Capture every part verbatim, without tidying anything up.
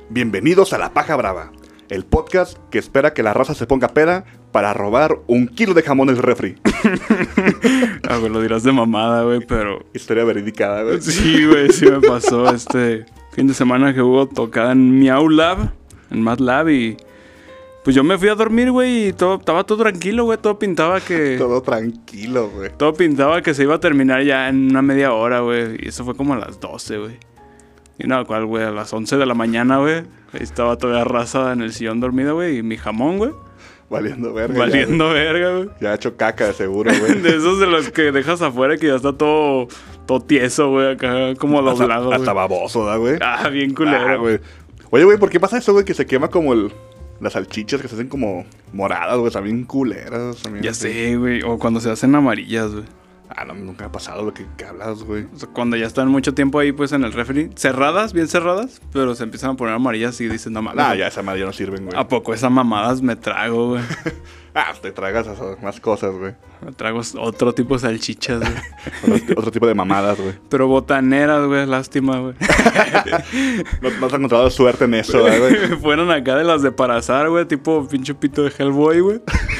Bienvenidos a La Paja Brava, el podcast que espera que la raza se ponga peda para robar un kilo de jamón del refri. Ah, güey, lo dirás de mamada, güey, pero... Historia verídica, güey. Sí, güey, sí me pasó este fin de semana que hubo tocada en Miau Lab, en Mad Lab, y... Pues yo me fui a dormir, güey, y todo, estaba todo tranquilo, güey, todo pintaba que... Todo tranquilo, güey. Todo pintaba que se iba a terminar ya en una media hora, güey, y eso fue como a las doce, güey. Y nada, cual, güey, a las once de la mañana, güey, ahí estaba todavía raza en el sillón dormida, güey, y mi jamón, güey. Valiendo verga. Valiendo ya, verga, güey. Ya ha hecho caca, de seguro, güey. De esos de los que dejas afuera que ya está todo, todo tieso, güey, acá como doblado, güey. Hasta baboso, ¿da, güey? Ah, bien culero, ah, güey. Oye, güey, ¿por qué pasa eso, güey? Que se quema como el... Las salchichas que se hacen como moradas, güey, también culeras. También Ya así. sé, güey. O cuando se hacen amarillas, güey. Ah, no, nunca me ha pasado lo que, que hablas, güey. O sea, cuando ya están mucho tiempo ahí, pues, en el refri. Cerradas, bien cerradas. Pero se empiezan a poner amarillas y dices, no mames. Ah, ya esa madre ya no sirven, güey. ¿A poco esas mamadas me trago, güey? Ah, te tragas esas más cosas, güey. Me trago otro tipo de salchichas, güey. otro, otro tipo de mamadas, güey. Pero botaneras, güey. Lástima, güey. No, no has encontrado suerte en eso, güey. Fueron acá de las de Parazar, güey. Tipo pinche pito de Hellboy, güey.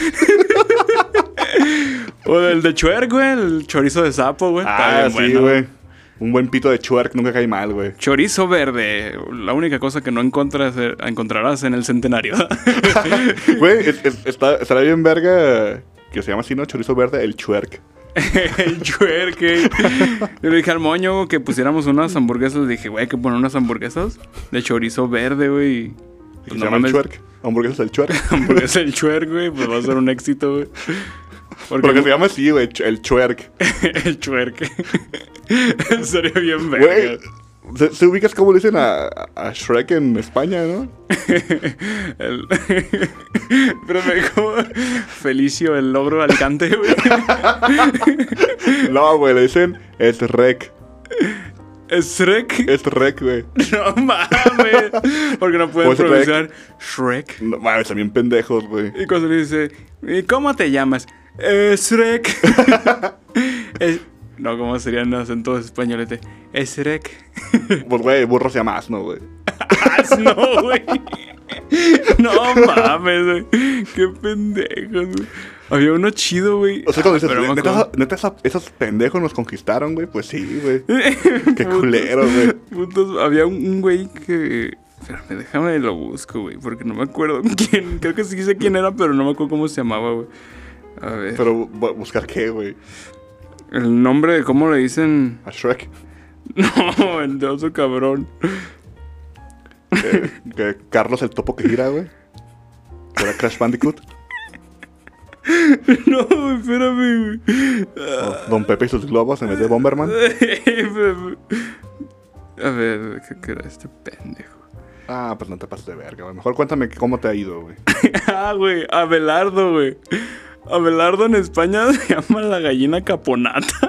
O el de Chuerk, güey. El chorizo de sapo, güey. Ah, sí, güey. Un buen pito de chuerk nunca cae mal, güey. Chorizo verde. La única cosa que no encontras, encontrarás en el centenario. Güey, es, es, está, estará bien verga que se llama así, ¿no? Chorizo verde, el chuerk. El chuerk, güey. Yo le dije al moño que pusiéramos unas hamburguesas. Le dije, güey, hay que poner unas hamburguesas de chorizo verde, güey. ¿Y pues se no llama mames, el chuerk? ¿Hamburguesas del chuerk? Hamburguesas del chuerk, güey. Pues va a ser un éxito, güey. Porque, Porque se llama así, güey, el chuerk. El chuerk. Sería bien verga. Güey, ¿se, ¿se ubicas cómo le dicen a, a Shrek en España, no? el... Pero me como Felicio, el logro de Alicante, güey. No, güey, le dicen Shrek. ¿Es Shrek? Es Shrek, güey. No mames. Porque no pueden pronunciar Shrek. No mames, también pendejos, güey. Y cuando le dice, ¿y cómo te llamas? Eh, Shrek. es... No, ¿cómo serían los acentos españoles? Es Shrek. Pues, güey, burro se llama asno, güey. Asno, güey. No mames, güey. Qué pendejos, güey. Había uno chido, güey. O sea, cuando dices, ah, neta, neta esa, esos pendejos nos conquistaron, güey. Pues sí, güey. Qué culero, güey. Putos, había un, un güey que... Espérame, déjame lo busco, güey. Porque no me acuerdo quién. Creo que sí sé quién era, pero no me acuerdo cómo se llamaba, güey. A ver. Pero, ¿buscar qué, güey? El nombre de cómo le dicen... ¿A Shrek? No, el de oso cabrón. ¿Que, que Carlos el topo que gira, güey? ¿Era Crash Bandicoot? No, espérame, güey. Oh, Don Pepe y sus globos en vez de Bomberman. A ver, ¿qué, qué era este pendejo? Ah, pues no te pases de verga, güey. Mejor cuéntame cómo te ha ido, güey. Ah, güey, Abelardo, güey. Abelardo en España se llama la gallina caponata.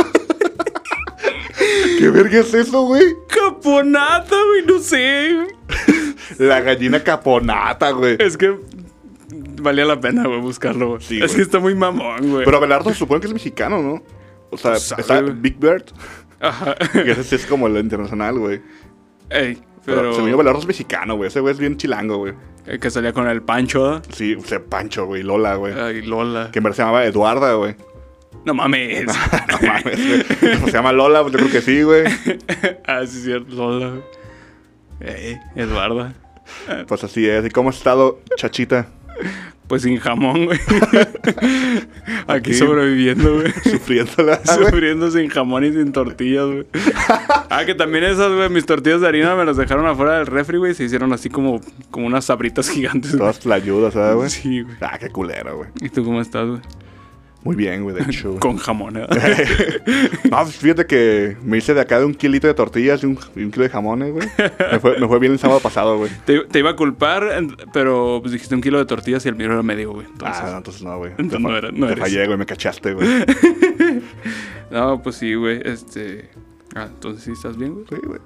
¿Qué verga es eso, güey? Caponata, güey, no sé. La gallina caponata, güey. Es que valía la pena, güey, buscarlo, güey. Sí, es güey. Que está muy mamón, güey. Pero Abelardo se supone que es mexicano, ¿no? O sea, ¿sabe, está güey? Big Bird. Ajá. Que ese sí es como el internacional, güey. Ey, pero... pero según yo, Abelardo es mexicano, güey. Ese güey es bien chilango, güey. El que salía con el Pancho, ¿eh? Sí, o sea, Pancho, güey. Lola, güey. Ay, Lola. Que en verdad se llamaba Eduarda, güey. No mames. No, no mames, güey. Pues se llama Lola, pues yo creo que sí, güey. Ah, sí, es cierto, Lola, güey. Ey, Eduarda. Pues así es. ¿Y cómo has estado, chachita? Pues sin jamón, güey. Aquí, Aquí sobreviviendo, güey. Sufriéndola. Sufriendo sin jamón y sin tortillas, güey. Ah, que también esas, güey, mis tortillas de harina me las dejaron afuera del refri, güey. Se hicieron así como, como unas sabritas gigantes. Todas playudas, ¿sabes, güey? Sí, güey. Ah, qué culero, güey. ¿Y tú cómo estás, güey? Muy bien, güey, de hecho. Con jamón, ¿eh? No, fíjate que me hice de acá de un kilito de tortillas y un, y un kilo de jamones, güey. Me fue, me fue bien el sábado pasado, güey. Te, te iba a culpar, pero pues dijiste un kilo de tortillas y el mío era medio, güey. Entonces, ah, no, entonces no, güey. Entonces no, era, no Te eres. fallé, güey, me cachaste, güey. No, pues sí, güey, este... Ah, entonces sí estás bien, güey. Sí, güey.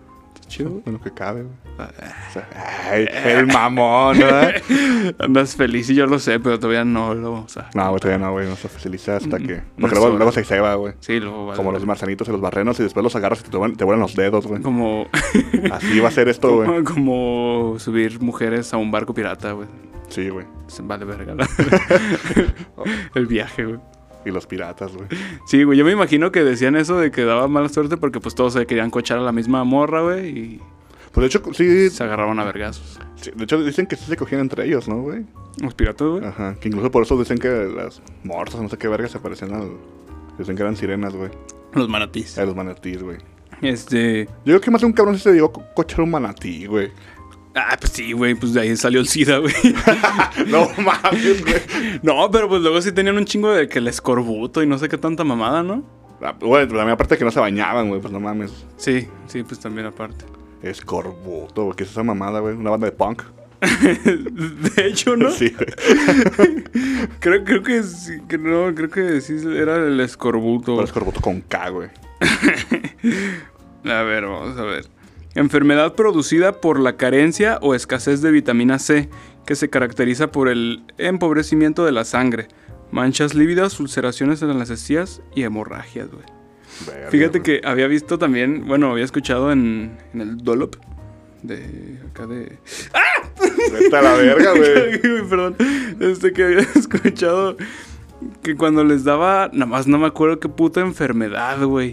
chido, güey. En lo que cabe, güey. Ah, O sea, ay, el mamón, ¿verdad? Andas feliz y yo lo sé, pero todavía no lo... O sea, No, güey, todavía no, güey. No se facilita hasta que... No Porque es luego, hora. luego se ceba, güey. sí, luego vale, Como güey. los marcianitos y los barrenos y después los agarras y te vuelan, te vuelan los dedos, güey. Como... Así va a ser esto, güey. como, como subir mujeres a un barco pirata, güey. Sí, güey. Se vale verga. la- El viaje, güey. Y los piratas, güey. Sí, güey, yo me imagino que decían eso de que daba mala suerte porque pues todos se querían cochar a la misma morra, güey, y Pues de hecho, sí, se agarraban a vergazos. sí, de hecho dicen que sí se cogían entre ellos, ¿no, güey? Los piratas, güey. Ajá. Que incluso por eso dicen que las morsas, no sé qué verga, se parecían al... Dicen que eran sirenas, güey. Los manatís. A los manatíes, güey. Este... Yo creo que más de un cabrón sí se dio a co- cochar un manatí, güey. Ah, pues sí, güey, pues de ahí salió el SIDA, güey. No mames, güey. No, pero pues luego sí tenían un chingo de que el escorbuto y no sé qué tanta mamada, ¿no? Ah, Güey, también aparte de que no se bañaban, güey, pues no mames. Sí, sí, pues también aparte. Escorbuto, güey, ¿qué es esa mamada, güey? Una banda de punk. De hecho, ¿no? Sí, güey. Creo, creo que sí, que no, creo que sí era el escorbuto. Pero escorbuto con K, güey. A ver, vamos a ver. Enfermedad producida por la carencia o escasez de vitamina C, que se caracteriza por el empobrecimiento de la sangre, manchas lívidas, ulceraciones en las encías y hemorragias, güey. Verga, Fíjate güey. que había visto también, bueno, había escuchado en, en el Dolop, de acá de... Vete a la verga, güey. Güey, perdón, este que había escuchado que cuando les daba, nada más no me acuerdo qué puta enfermedad, güey.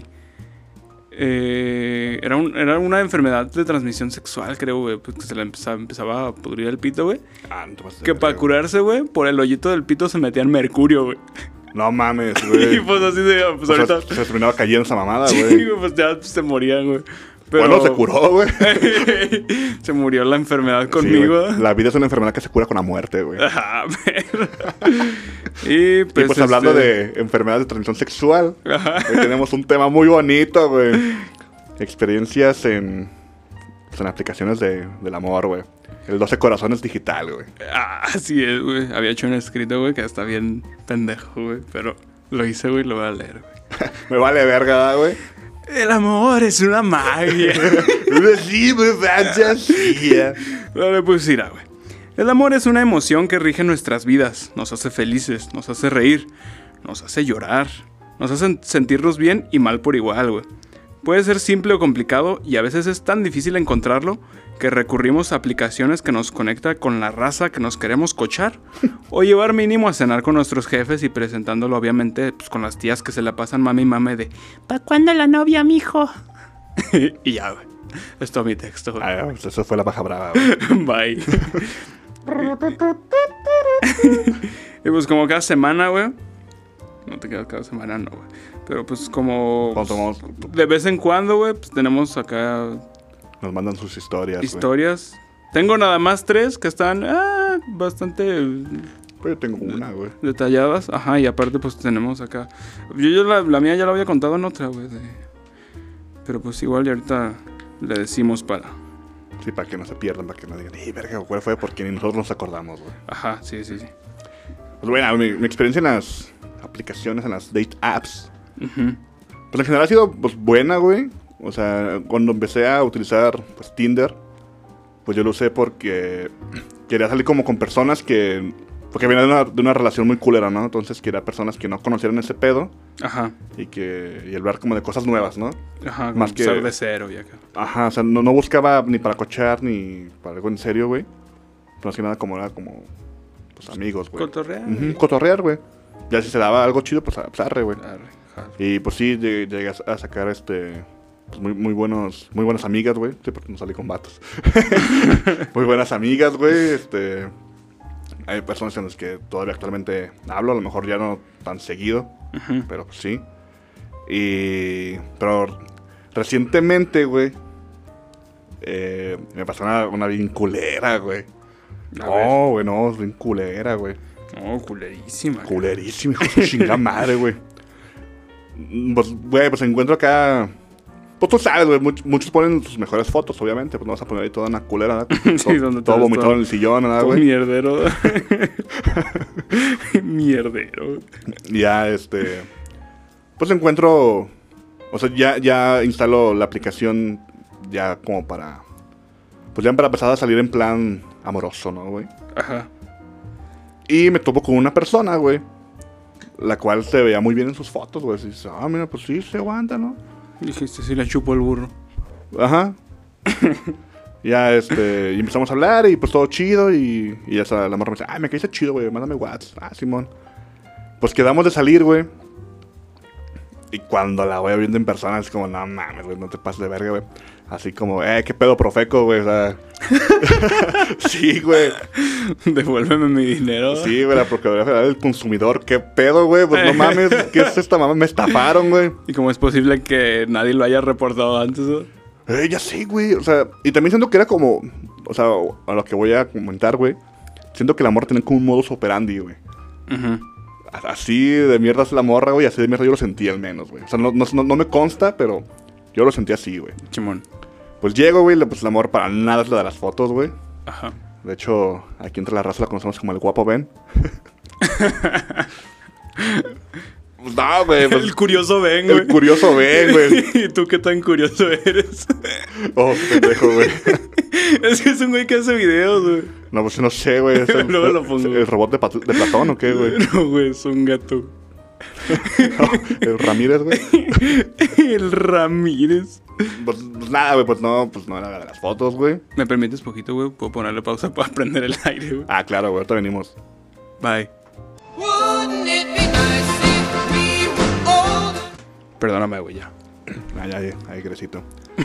Eh, era, un, era una enfermedad de transmisión sexual, creo, güey. Pues que se le empezaba, empezaba a pudrir el pito, güey. Ah, no te pases de Que verga, para güey. curarse, güey, por el hoyito del pito se metían mercurio, güey. No mames, Y güey. pues así de, pues O sea, ahorita... se terminaba cayendo esa mamada, Sí, güey. güey, pues ya se morían, güey. Pero... Bueno, se curó, güey. Se murió la enfermedad Sí, conmigo. güey. La vida es una enfermedad que se cura con la muerte, güey. Ajá, pero... Y pues, y pues hablando este, de enfermedades de transmisión sexual, Ajá. hoy tenemos un tema muy bonito, güey. Experiencias en, pues, en aplicaciones de, del amor, güey. El doce corazones digital, güey. Ah, así es, güey. Había hecho un escrito, güey, que está bien pendejo, güey. Pero lo hice, güey, lo voy a leer, güey. Me vale verga, güey. El amor es una magia. Sí, güey, fantasía. Vale, pues mira, güey. El amor es una emoción que rige nuestras vidas. Nos hace felices, nos hace reír, nos hace llorar, nos hace sentirnos bien y mal por igual, güey. Puede ser simple o complicado y a veces es tan difícil encontrarlo que recurrimos a aplicaciones que nos conecta con la raza que nos queremos cochar o llevar mínimo a cenar con nuestros jefes y presentándolo obviamente pues, con las tías que se la pasan mami y mame de ¿pa' cuándo la novia, mijo? Y ya, güey. Es todo mi texto, güey. Ah, pues eso fue la paja brava, güey. Bye. Y pues como cada semana, güey. No te quedas cada semana, no, güey. Pero pues como... Cuando tomamos- de vez en cuando, güey, pues tenemos acá Nos mandan sus historias, güey. historias. Tengo nada más tres que están ah, bastante Pues yo tengo una, güey. detalladas. Ajá, y aparte pues tenemos acá... Yo, yo la, la mía ya la había contado en otra, güey. de- Pero pues igual y ahorita le decimos para... Sí, para que no se pierdan, para que no digan, ¡eh, verga! ¿Cuál fue? Porque ni nosotros nos acordamos, güey. Ajá, sí, sí, sí. Pues bueno, mi, mi experiencia en las aplicaciones, en las date apps, Ujú. pues en general ha sido pues buena, güey. O sea, cuando empecé a utilizar pues Tinder, pues yo lo usé porque quería salir como con personas que... Porque venía de una, de una relación muy culera, ¿no? Entonces quería personas que no conocieran ese pedo Ajá, y que y hablar como de cosas nuevas, ¿no? ajá. Más que- Empezar de cero y acá. Ajá, o sea, no, no buscaba ni para cochar ni para algo en serio, güey. Pero así nada como era como pues amigos, güey. Cotorrear. Ujú, cotorrear, güey. Ya si se daba algo chido, pues, pues arre, güey. Arre, ajá. Y pues sí, llegué, llegué a a sacar este pues, muy, muy buenos, muy buenas amigas, güey. Sí, porque no salí con vatos. Muy buenas amigas, güey. Este. Hay personas con las que todavía actualmente hablo, a lo mejor ya no tan seguido, Ujú. pero pues sí. Y. Pero recientemente, güey. eh, me pasó una, una bien culera, güey. A No, güey, no, es bien culera, güey. No, culerísima. Culerísimo, hijo de su chingada madre, güey. Pues, güey, pues encuentro acá. Pues tú sabes, güey, much- muchos ponen sus mejores fotos, obviamente. Pues no vas a poner ahí toda una culera, ¿verdad? Sí, todo, donde te todo ves vomitado todo- en el sillón, ¿verdad, Todo güey? mierdero. Mierdero. Y ya, este. Pues encuentro. O sea, ya, ya instalo la aplicación ya como para... Pues ya para empezar a salir en plan amoroso, ¿no, güey? Ajá. Y me topo con una persona, güey, la cual se veía muy bien en sus fotos, güey. Y dice, ah, mira, pues sí, se aguanta, ¿no? Dijiste, sí le chupo el burro. Ajá. Ya, este, y empezamos a hablar y pues todo chido y, y ya está, la morra me dice, ay, me caíste chido, güey, mándame WhatsApp. Ah, Simón. Pues quedamos de salir, güey. Y cuando la voy viendo en persona es como, no mames, güey, no te pases de verga, güey. Así como, eh, qué pedo profeco, güey, o sea. Sí, güey. Devuélveme mi dinero. Sí, güey, la Procuraduría Federal del Consumidor, qué pedo, güey, pues no mames, ¿qué es esta mamá? Me estafaron, güey. ¿Y cómo es posible que nadie lo haya reportado antes, güey? Eh, ya sé, güey, o sea, y también siento que era como, o sea, a lo que voy a comentar, güey. Siento que la morra tenía como un modus operandi, güey. Ajá. Así de mierda es la morra, güey, así de mierda yo lo sentí al menos, güey. O sea, no, no, no me consta, pero yo lo sentí así, güey. Chimón. Pues llego, güey, pues la morra para nada es la de las fotos, güey. Ajá. De hecho, aquí entre la raza la conocemos como el guapo Ben. Pues no, güey. Pues, el curioso Ben, güey. El curioso Ben, güey. ¿Y tú qué tan curioso eres? Oh, pendejo, güey. Es que es un güey que hace videos, güey. No, pues no sé, güey. ¿Es el, Luego lo pongo. el robot de, Pat- de Platón o qué, güey? No, güey, es un gato. No, el Ramírez, güey. El Ramírez. Pues, pues nada, güey, pues no, pues no era la de las fotos, güey. ¿Me permites poquito, güey? Puedo ponerle pausa para prender el aire, güey. Ah, claro, güey, ahorita venimos. Bye. Wouldn't it be nice if we were older? Perdóname, güey, ya. Ah, ya, ya, ahí crecito.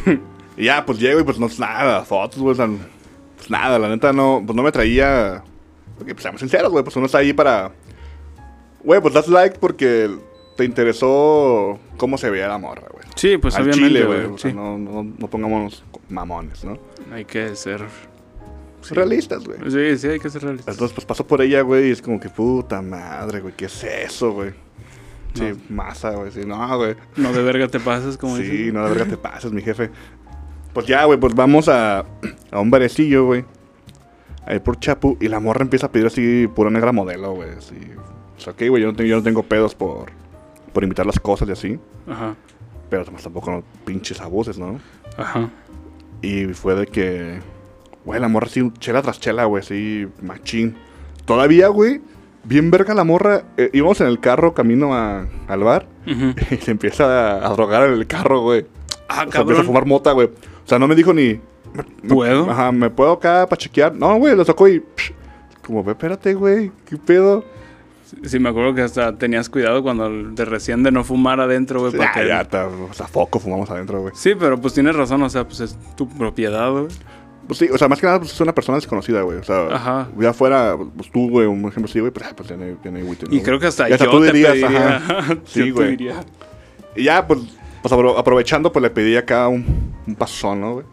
Y ya, pues llego y pues no es nada, fotos, güey, o sea, pues nada, la neta no, pues no me traía, porque pues seamos sinceros, güey, pues uno está ahí para, güey, pues das like porque te interesó cómo se veía la morra, güey. Sí, pues Al obviamente, chile, güey. güey, o sea, Sí. no, no, no pongámonos mamones, ¿no? Hay que ser... Sí. Realistas, güey. Sí, sí, hay que ser realistas. Entonces, pues paso por ella, güey, y es como que, puta madre, güey, ¿qué es eso, güey? Sí, No. masa, güey, sí, no, güey. No de verga te pasas, como Sí, dices. no, de verga te pases, mi jefe. Pues ya, güey, pues vamos a, a un barecillo, güey. Ahí por Chapu. Y la morra empieza a pedir así pura negra modelo, güey. Así. O sea, ok, güey, yo, no tengo- yo no tengo pedos por, por invitar las cosas y así. Ajá, Pero pues, tampoco no pinches abuses, ¿no? ajá. Y fue de que... Güey, la morra así, chela tras chela, güey, así, machín. Todavía, güey, bien verga la morra. Eh, íbamos en el carro camino a, al bar. Ujú. Y se empieza a, a drogar en el carro, güey. Ah, O sea, empieza a cabrón. fumar mota, güey. O sea, no me dijo ni... me- me- ¿Puedo? Ajá, ¿me puedo acá para chequear? No, güey, lo sacó y... psh, como, ve, espérate, güey, ¿qué pedo? Sí, me acuerdo que hasta tenías cuidado cuando de recién de no fumar adentro, güey. Sí, porque- ah, ya, ta- o sea, foco fumamos adentro, güey. Sí, pero pues tienes razón, o sea, pues es tu propiedad, güey. Pues sí, o sea, más que nada, pues es una persona desconocida, güey. O sea, Ajá. ya fuera, pues tú, güey, un ejemplo así, güey, pues, ah, pues tiene, tiene güey, Y creo que hasta Y hasta yo tú te dirías, pediría. ajá. Yo Sí, te güey. diría. Y ya, pues, pues apro- aprovechando, pues le pedí acá un, un pasón, ¿no, güey?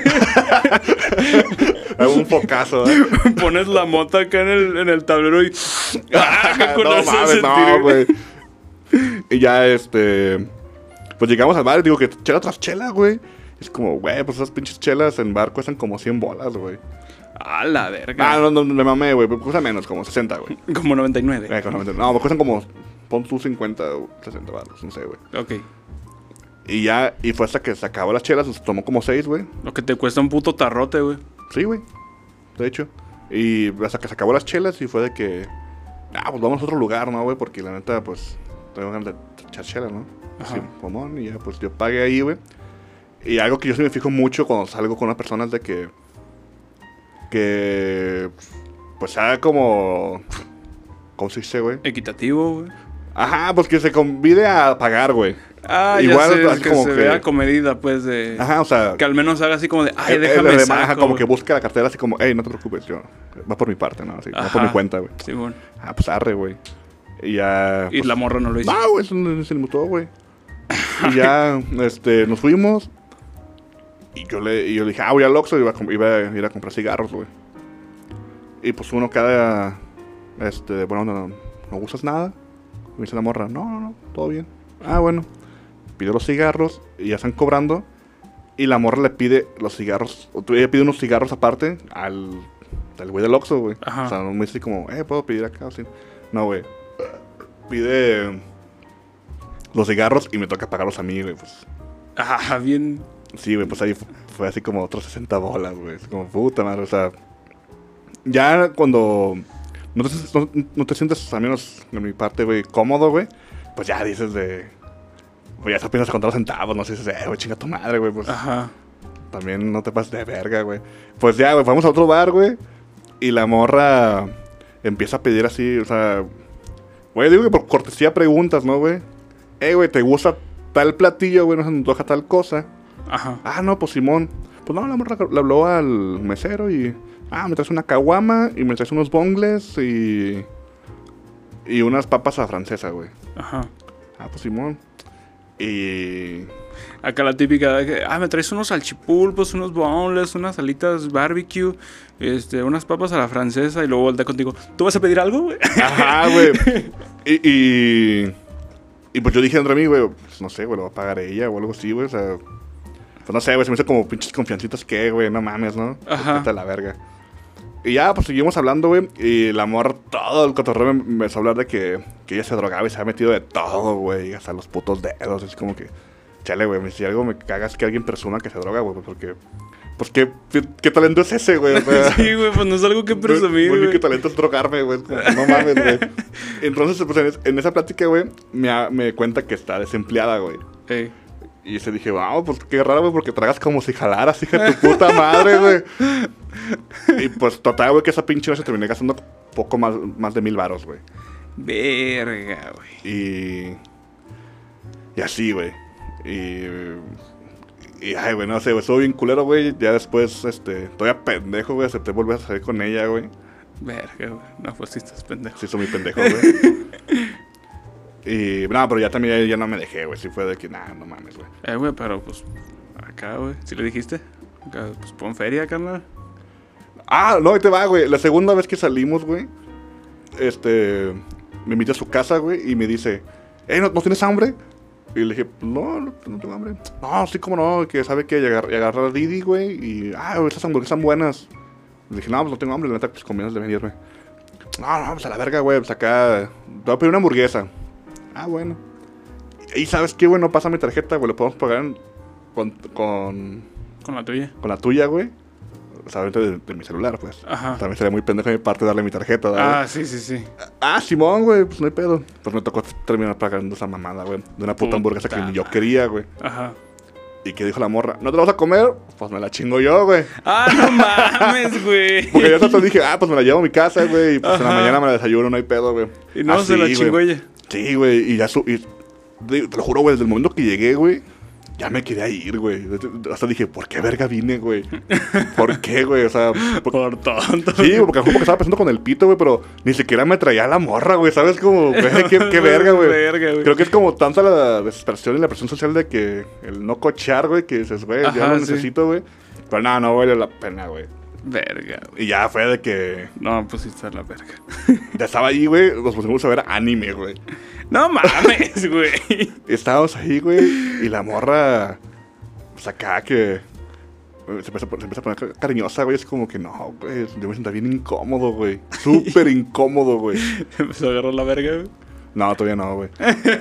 un focazo, ¿eh? Pones la mota acá en el, en el tablero y... ¡Ah! qué no curioso mames, sentir, no, güey. Y ya, este... Pues llegamos al bar y digo que chela tras chela, güey. Es como, güey, pues esas pinches chelas en bar cuestan como cien bolas, güey. ¡Ah, la verga! Ah, no, no, me mamé, güey. Cuesta menos, como sesenta, güey. Como noventa y nueve. Eh, con noventa. No, me cuestan como, pon tú cincuenta o sesenta baros, no sé, güey. Ok. Y ya, y fue hasta que se acabó las chelas, se tomó como seis, güey. Lo que te cuesta un puto tarrote, güey. Sí, güey. De hecho. Y hasta que se acabó las chelas y fue de que... Ah, pues vamos a otro lugar, ¿no, güey? Porque la neta, pues... Tengo ganas de echar chela, ¿no? Ajá. Así, pomón, y ya, pues yo pagué ahí, güey. Y algo que yo sí me fijo mucho cuando salgo con una persona es de que... Que... Pues sea como... ¿Cómo se dice, güey? Equitativo, güey. Ajá, pues que se convide a pagar, güey. Ah, Igual, ya sé, así que como se que- vea comedida, pues, de... Ajá, o sea... Que al menos haga así como de, ay, eh, déjame eh, saco. ajá, como que busca la cartera así como, hey, no te preocupes, yo... Va por mi parte, ¿no? Así, va por Ajá. mi cuenta, güey. Sí, bueno. Ah, pues arre, güey. Y ya... Y pues, la morra no lo hizo. no, güey, eso no se inmutó, güey. Y ya, este, nos fuimos. Y yo le, y yo le dije, ah, voy al Oxxo y iba a, com- iba a ir a comprar cigarros, güey. Y pues uno cada... Este, bueno, no, no, ¿no gustas nada? Me dice la morra, no, no, no, todo bien. Ah, bueno. Pidió los cigarros y ya están cobrando. Y la morra le pide los cigarros, o tú- ella pide unos cigarros aparte al, al güey del Oxxo, güey. Ajá. O sea, no me dice como, eh, ¿puedo pedir acá? Así. No, güey. Pide los cigarros y me toca pagarlos a mí, güey, pues. Ajá, bien... Sí, güey, pues ahí fu- fue así como otros sesenta bolas, güey. Es como puta madre, o sea. Ya cuando no te, no, no te sientes, al menos de mi parte, güey, cómodo, güey, pues ya dices de. Pues ya te empiezas a contar los centavos, no sé, dices, eh, güey, chinga tu madre, güey, pues. Ajá. También no te pases de verga, güey. Pues ya, güey, vamos a otro bar, güey. Y la morra empieza a pedir así, o sea. Güey, digo que por cortesía preguntas, ¿no, güey? Eh, güey, ¿te gusta tal platillo, güey? ¿No se nos antoja tal cosa? Ajá. Ah, no, pues Simón. Pues no, la morra le habló al mesero y... Ah, me traes una caguama y me traes unos bongles y... Y unas papas a francesa, güey. Ajá. Ah, pues Simón. Y... Acá la típica de que, ah, me traes unos salchipulpos, unos boneless, unas alitas barbecue, este, unas papas a la francesa y luego voltea contigo. ¿Tú vas a pedir algo, güey? Ajá, güey. Y, y... Y pues yo dije entre mí, güey, pues no sé, güey, lo va a pagar ella o algo así, güey, o sea... Pues no sé, güey, se me hizo como pinches confiancitas que, güey, no mames, ¿no? Ajá. Vete a la verga. Y ya, pues seguimos hablando, güey, y la morra, todo el cotorreo me, me empezó a hablar de que, que ella se drogaba y se ha metido de todo, güey, hasta los putos dedos, es como que... Chale, güey, si algo me cagas que alguien presuma que se droga, güey, porque... Pues qué, qué, qué talento es ese, güey, o sea... Sí, güey, pues no es algo que presumir, Güey, güey. qué talento es drogarme, güey, como, no mames, güey. Entonces, pues en, es- en esa plática, güey, me, ha- me cuenta que está desempleada, güey. Ey. Y se dije, wow, pues qué raro, güey, porque tragas como si jalaras, hija de tu puta madre, güey. Y pues total, güey, que esa pinche noche terminé gastando poco más, más de mil varos, güey. Verga, güey. Y... Y así, güey. Y... Y, ay, güey, no sé, güey, estuvo bien culero, güey. Ya después, este, todavía pendejo, güey, acepté volver a salir con ella, güey. Verga, güey. No, pues sí estás pendejo. Sí, soy muy pendejo, güey. Y, no, pero ya también ya, ya no me dejé, güey. Sí fue de que, nah, no mames, güey. Eh, güey, pero pues acá, güey. ¿Sí le dijiste? Acá, pues pon feria, carnal. Ah, no, ahí te va, güey. La segunda vez que salimos, güey, este, me invita a su casa, güey, y me dice, eh, ¿no, ¿no tienes hambre? Y le dije, no, no, no tengo hambre. No, sí, como no, que sabe que agarrar agarra a Didi, güey, y, ah, güey, esas hamburguesas están buenas. Le dije, no, pues no tengo hambre, la neta, pues convienes de venirme. No, no, pues a la verga, güey, pues acá, te voy a pedir una hamburguesa. Ah, bueno. Y ¿sabes qué, güey? No pasa mi tarjeta, güey, lo podemos pagar en- con, con, Con la tuya. con la tuya, güey. O sea, ahorita de, de mi celular, pues. Ajá. También sería muy pendejo de mi parte darle mi tarjeta, ¿verdad? Ah, sí, sí, sí. Ah, Simón, güey, pues no hay pedo. Pues me tocó terminar pagando esa mamada, güey. De una puta Puta hamburguesa que ni yo madre. quería, güey. Ajá. Y que dijo la morra, ¿no te la vas a comer? Pues me la chingo yo, güey. Ah, no mames, güey. Porque yo hasta dije, ah, pues me la llevo a mi casa, güey. Y pues en la Ajá. mañana me la desayuno, no hay pedo, güey. Y no, Así, se la güey. chingó ella. Sí, güey, y ya su... Y, te te lo juro, güey, desde el momento que llegué, güey, ya me quería ir, güey. Hasta dije, ¿por qué verga vine, güey? ¿Por qué, güey? O sea... por- Por tonto. Sí, porque, porque estaba pensando con el pito, güey, pero ni siquiera me traía la morra, güey, ¿sabes? Como, güey, qué, qué verga, güey. Verga, güey. Creo que es como tanta la desesperación y la presión social de que el no cochear, güey, que dices, güey, ya Ajá, lo sí. necesito, güey. Pero no, no vale la pena, güey. Verga, güey. Y ya fue de que No, pues sí está la verga. ya estaba ahí, güey, nos pusimos a ver anime, güey. No mames, güey. Estábamos ahí, güey, y la morra, pues acá que... Se empieza, a pon- se empieza a poner ca- cariñosa, güey. Es como que no, güey. Yo me siento bien incómodo, güey. Súper incómodo, güey. Empezó a agarrar la verga, güey. No, todavía no, güey.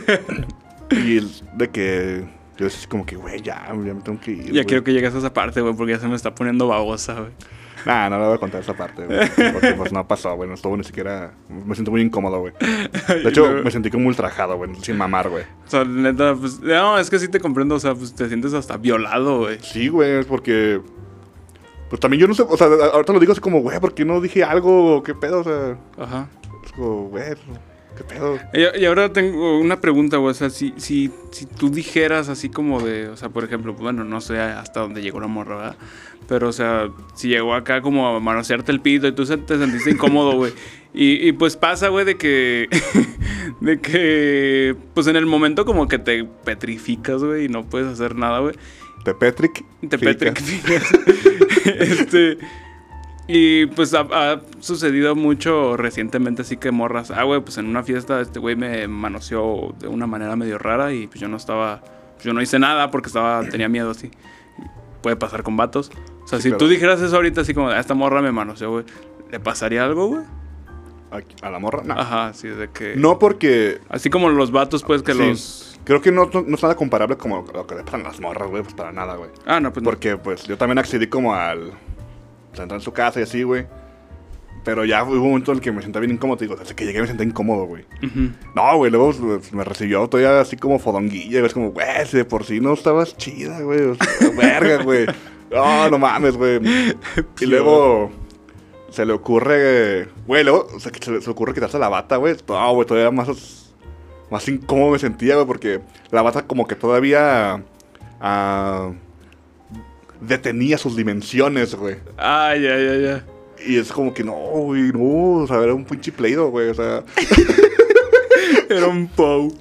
Y el de que yo es como que, güey, ya, ya me tengo que ir. Ya güey. quiero que llegues a esa parte, güey, porque ya se me está poniendo babosa, güey. Nah, no le voy a contar esa parte, güey. Porque pues no pasó, güey. No estuvo ni siquiera. Me siento muy incómodo, güey. De hecho, luego- me sentí como ultrajado, güey. Sin mamar, güey. O sea, neta, pues, no, es que sí te comprendo, o sea, pues te sientes hasta violado, güey. Sí, güey, porque. Pues también yo no sé. O sea, ahorita lo digo así como, güey, ¿por qué no dije algo? ¿Qué pedo? O sea, Ajá. es como, güey, ¿qué pedo? Y, y ahora tengo una pregunta, güey, o sea, si, si, si tú dijeras así como de, o sea, por ejemplo, bueno, no sé hasta dónde llegó la morra, ¿verdad? Pero, o sea, si llegó acá como a manosearte el pito y tú se- te sentiste incómodo, güey. Y, y pues pasa, güey, de que, de que, pues en el momento como que te petrificas, güey, y no puedes hacer nada, güey. Te Petric. Te petrificas. este... Y pues ha, ha sucedido mucho recientemente, así que morras. Ah, güey, pues en una fiesta este güey me manoseó de una manera medio rara y pues yo no estaba, pues yo no hice nada porque estaba, tenía miedo así. Puede pasar con vatos. O sea, Sí, si claro. tú dijeras eso ahorita así como, "Ah, esta morra me manoseó, güey", ¿le pasaría algo, güey? ¿A, a la morra? No. Ajá, así de que... No porque. Así como los vatos, pues, que Sí. los... creo que no, no, no es nada comparable como lo que le pasan las morras, güey, pues para nada, güey. Ah, no, pues no. Porque, pues, yo también accedí como al... O sea, entrar en su casa y así, güey. Pero ya hubo un momento en el que me sentía bien incómodo. Te digo, desde que llegué me senté incómodo, güey. Ujú. No, güey, luego pues, me recibió todavía así como fodonguilla, güey. Es como, güey, si de por sí no estabas chida, güey. O sea, verga, güey. No, no mames, güey. Y luego se le ocurre, güey, luego o sea, que se, le- se le ocurre quitarse la bata, güey. No, güey, todavía más, más incómodo me sentía, güey, porque la bata como que todavía ah, detenía sus dimensiones, güey. Ah, ya, ya, ya. Y es como que no, güey, no, o sea, era un pinche Play-Doh, güey, o sea, Era un Pou.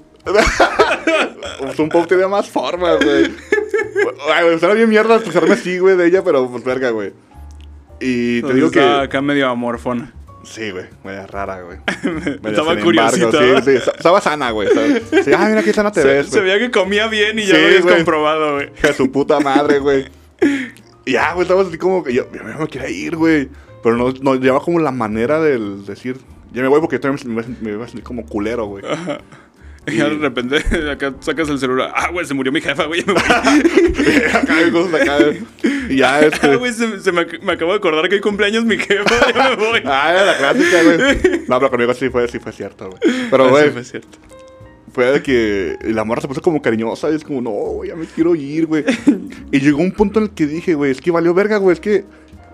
pues un poco tenía más formas, güey. Ay, güey, suena bien mierda expresarme así, güey, de ella, pero pues verga, güey. Y te Entonces, digo estaba que... acá medio amorfona. Sí, güey, media rara, güey. Media Estaba sin curiosita, embargo, ¿verdad? Sí, sí, estaba sana, güey. estaba- Sí, ay, mira qué sana te Se, ves, se güey. veía que comía bien y ya Sí, lo habías güey. comprobado, güey. Hija de su puta madre, güey. Y ya, güey, estaba así como que yo, yo me quería ir, güey. Pero no, no llevaba como la manera del decir, ya me voy porque yo también me, me, me iba a sentir como culero, güey. Y ya de repente acá sacas el celular. Ah, güey, se murió mi jefa, güey. Ya me voy. Acá hay cosas acá. Y ya, este... Ah, güey, se, se me, ac- me acabo de acordar que hay cumpleaños mi jefa. Ya me voy. Ah, era la clásica, güey. No, pero conmigo sí fue, sí fue cierto, güey. Pero, Ah, sí, güey, fue cierto. fue de que la morra se puso como cariñosa y es como, no, güey, ya me quiero ir, güey. Y llegó un punto en el que dije, güey, es que valió verga, güey, es que...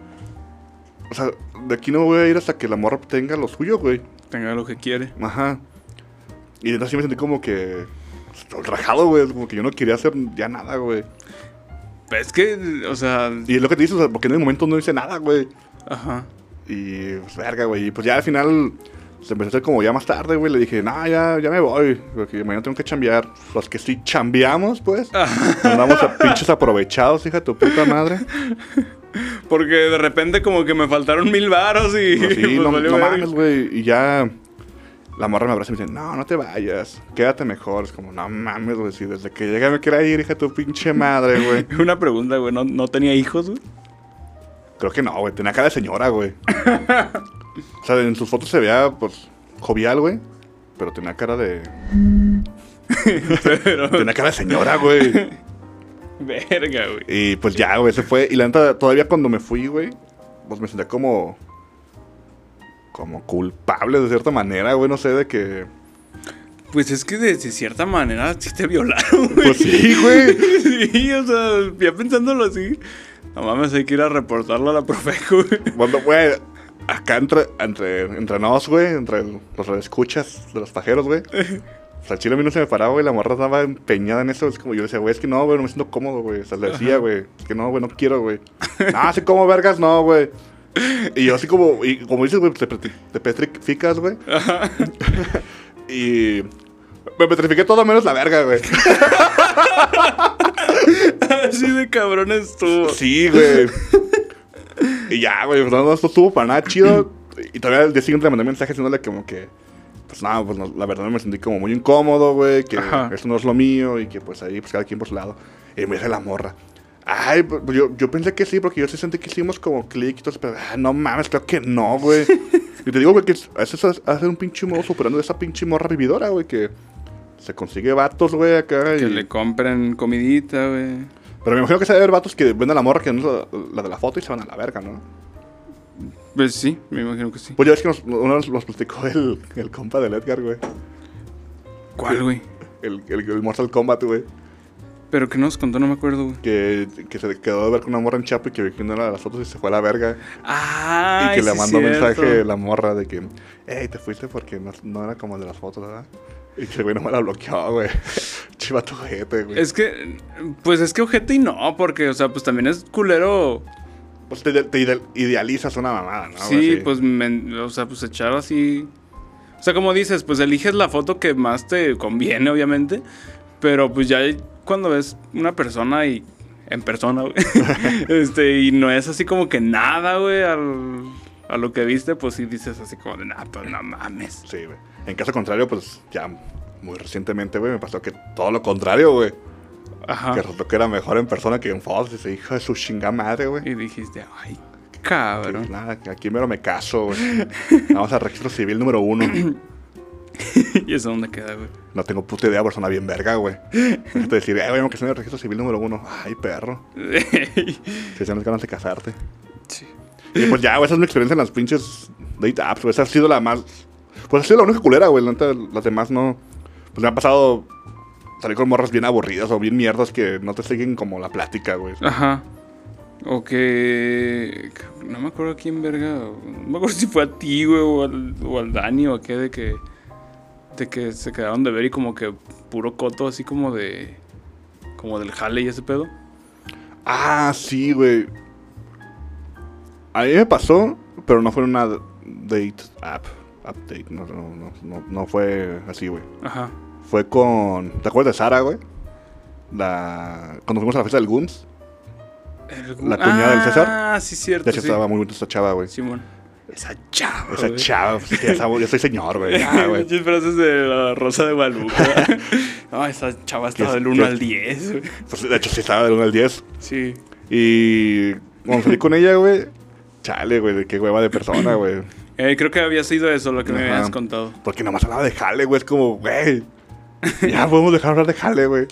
O sea, de aquí no me voy a ir hasta que la morra tenga lo suyo, güey. Tenga lo que quiere. Ajá. Y entonces sí me sentí como que... pues, rajado, güey, como que yo no quería hacer ya nada, güey. Pero es que, o sea... Y es lo que te dices, o sea, porque en el momento no hice nada, güey. Ajá. Y pues verga, güey. Y pues ya al final se empezó a hacer como ya más tarde, güey. Le dije, no, ya, ya me voy. Porque mañana tengo que chambear. Los que sí chambeamos, pues. Andamos a pinches aprovechados, hija de tu puta madre. Porque de repente como que me faltaron mil varos y... Pues sí, pues, no, valió no verga. mames, güey. Y ya la morra me abraza y me dice, no, no te vayas. Quédate mejor. Es como, no mames, güey. Si desde que llegué me quería ir, hija de tu pinche madre, güey. Una pregunta, güey. ¿No, ¿No tenía hijos, güey? Creo que no, güey. Tenía cara de señora, güey. O sea, en sus fotos se veía, pues, jovial, güey. Pero tenía cara de... Pero... Tenía cara de señora, güey. Verga, güey. Y pues ya, güey, se fue. Y la neta, todavía cuando me fui, güey, pues me sentía como... Como culpable de cierta manera, güey. No sé, de que... Pues es que de, de cierta manera sí te violaron, güey. Pues sí, güey. Sí, o sea, ya pensándolo así. No mames, hay que ir a reportarlo a la Profeco, güey. Cuando, güey, acá entre, entre, entre nos, güey, entre los escuchas de los pajeros, güey. O sea, el chile a mí no se me paraba, güey. La morra estaba empeñada en eso. Es como yo le decía, güey, es que no, güey, no me siento cómodo, güey. O sea, le decía, güey, es que no, güey, no quiero, güey. No, así como vergas, no, güey. Y yo así como, y como dices, güey, te, petri- te petrificas, güey. Y me petrifiqué todo menos la verga, güey. Así de cabrón estuvo. Sí, güey. Y ya, güey, pues, no, no estuvo para nada chido. Y todavía el día siguiente le mandé mensaje diciéndole como que... Pues nada, pues no, la verdad me sentí como muy incómodo, güey. Que Ajá. eso no es lo mío y que pues ahí pues cada quien por su lado. Y me dice la morra. Ay, pues yo, yo pensé que sí, porque yo sí sentí que hicimos como clic y todo eso, pero ah, no mames, creo que no, güey. Y te digo, güey, que a veces hacer un pinche modo superando de esa pinche morra vividora, güey, que se consigue vatos, güey, acá. Que y... le compren comidita, güey. Pero me imagino que se debe haber vatos que ven a la morra que no es la, la de la foto y se van a la verga, ¿no? Pues sí, me imagino que sí. Pues ya ves que nos, uno nos, nos platicó el, el compa del Edgar, güey. ¿Cuál, güey? El, el, el Mortal Kombat, güey. Pero que nos contó, no me acuerdo, güey. Que, que se quedó de ver con una morra en Chapo y que vio que no era de las fotos y se fue a la verga. Ah, y que le mandó mensaje la morra de que, hey, te fuiste porque no, no era como el de las fotos, ¿verdad? Y que el güey no me la bloqueó, güey. Chiva tu ojete, güey. Es que, pues es que ojete y no, porque, o sea, pues también es culero. Pues te, te ide- idealizas una mamada, ¿no? Sí, Así. pues, men- o sea, pues echar así. O sea, como dices, pues eliges la foto que más te conviene, obviamente. Pero pues ya cuando ves una persona y. En persona, güey. este, y no es así como que nada, güey, al, a lo que viste, pues sí dices así como de, nah, pues no mames. Sí, güey. En caso contrario, pues ya muy recientemente, güey, me pasó que todo lo contrario, güey. Ajá. Que resultó que era mejor en persona que en fotos. Y se hijo de su chingada madre, güey. Y dijiste, ay, cabrón. Pues nada, que aquí mero me caso, güey. Vamos al registro civil número uno. ¿Y eso dónde queda, güey? No tengo puta idea, persona bien verga, güey. Déjate decir, eh, güey, que sea el registro civil número uno. Ay, perro. Si tienes ganas de casarte. Sí. Y pues ya, güey, esa es mi experiencia en las pinches date apps, güey. Esa ha sido la más... Pues ha sido la única culera, güey. La neta, las demás no... Pues me ha pasado salir con morras bien aburridas o bien mierdas que no te siguen como la plática, güey. Ajá. O que... No me acuerdo a quién, verga. No me acuerdo si fue a ti, güey, o al, o al Dani o a qué, de que... De que se quedaron de ver y como que puro coto, así como de... Como del jale y ese pedo. Ah, sí, güey. A mí me pasó, pero no fue en una date app. Update, no, no, no, no, no fue así, güey. Ajá. Fue con... ¿Te acuerdas de Sara, güey? La... Cuando fuimos a la fiesta del Guns. El... La cuñada del César. Ah, sí, cierto, De hecho, sí. estaba muy bonita esta chava, güey. Simón. Esa chava, Esa güey. chava, pues, ya sabes, yo soy señor, güey. Ya, güey. Muchas frases de la Rosa de Guadalupe. No, esa chava estaba ¿Qué- del uno qué- al diez, güey. Pues, de hecho, sí estaba del uno al diez. Sí. Y cuando salí con ella, güey, chale, güey, de qué hueva de persona, güey. Eh, creo que había sido eso lo que me Ajá. habías contado. Porque nomás hablaba de jale, güey. Es como, güey, ya podemos dejar hablar de jale, güey.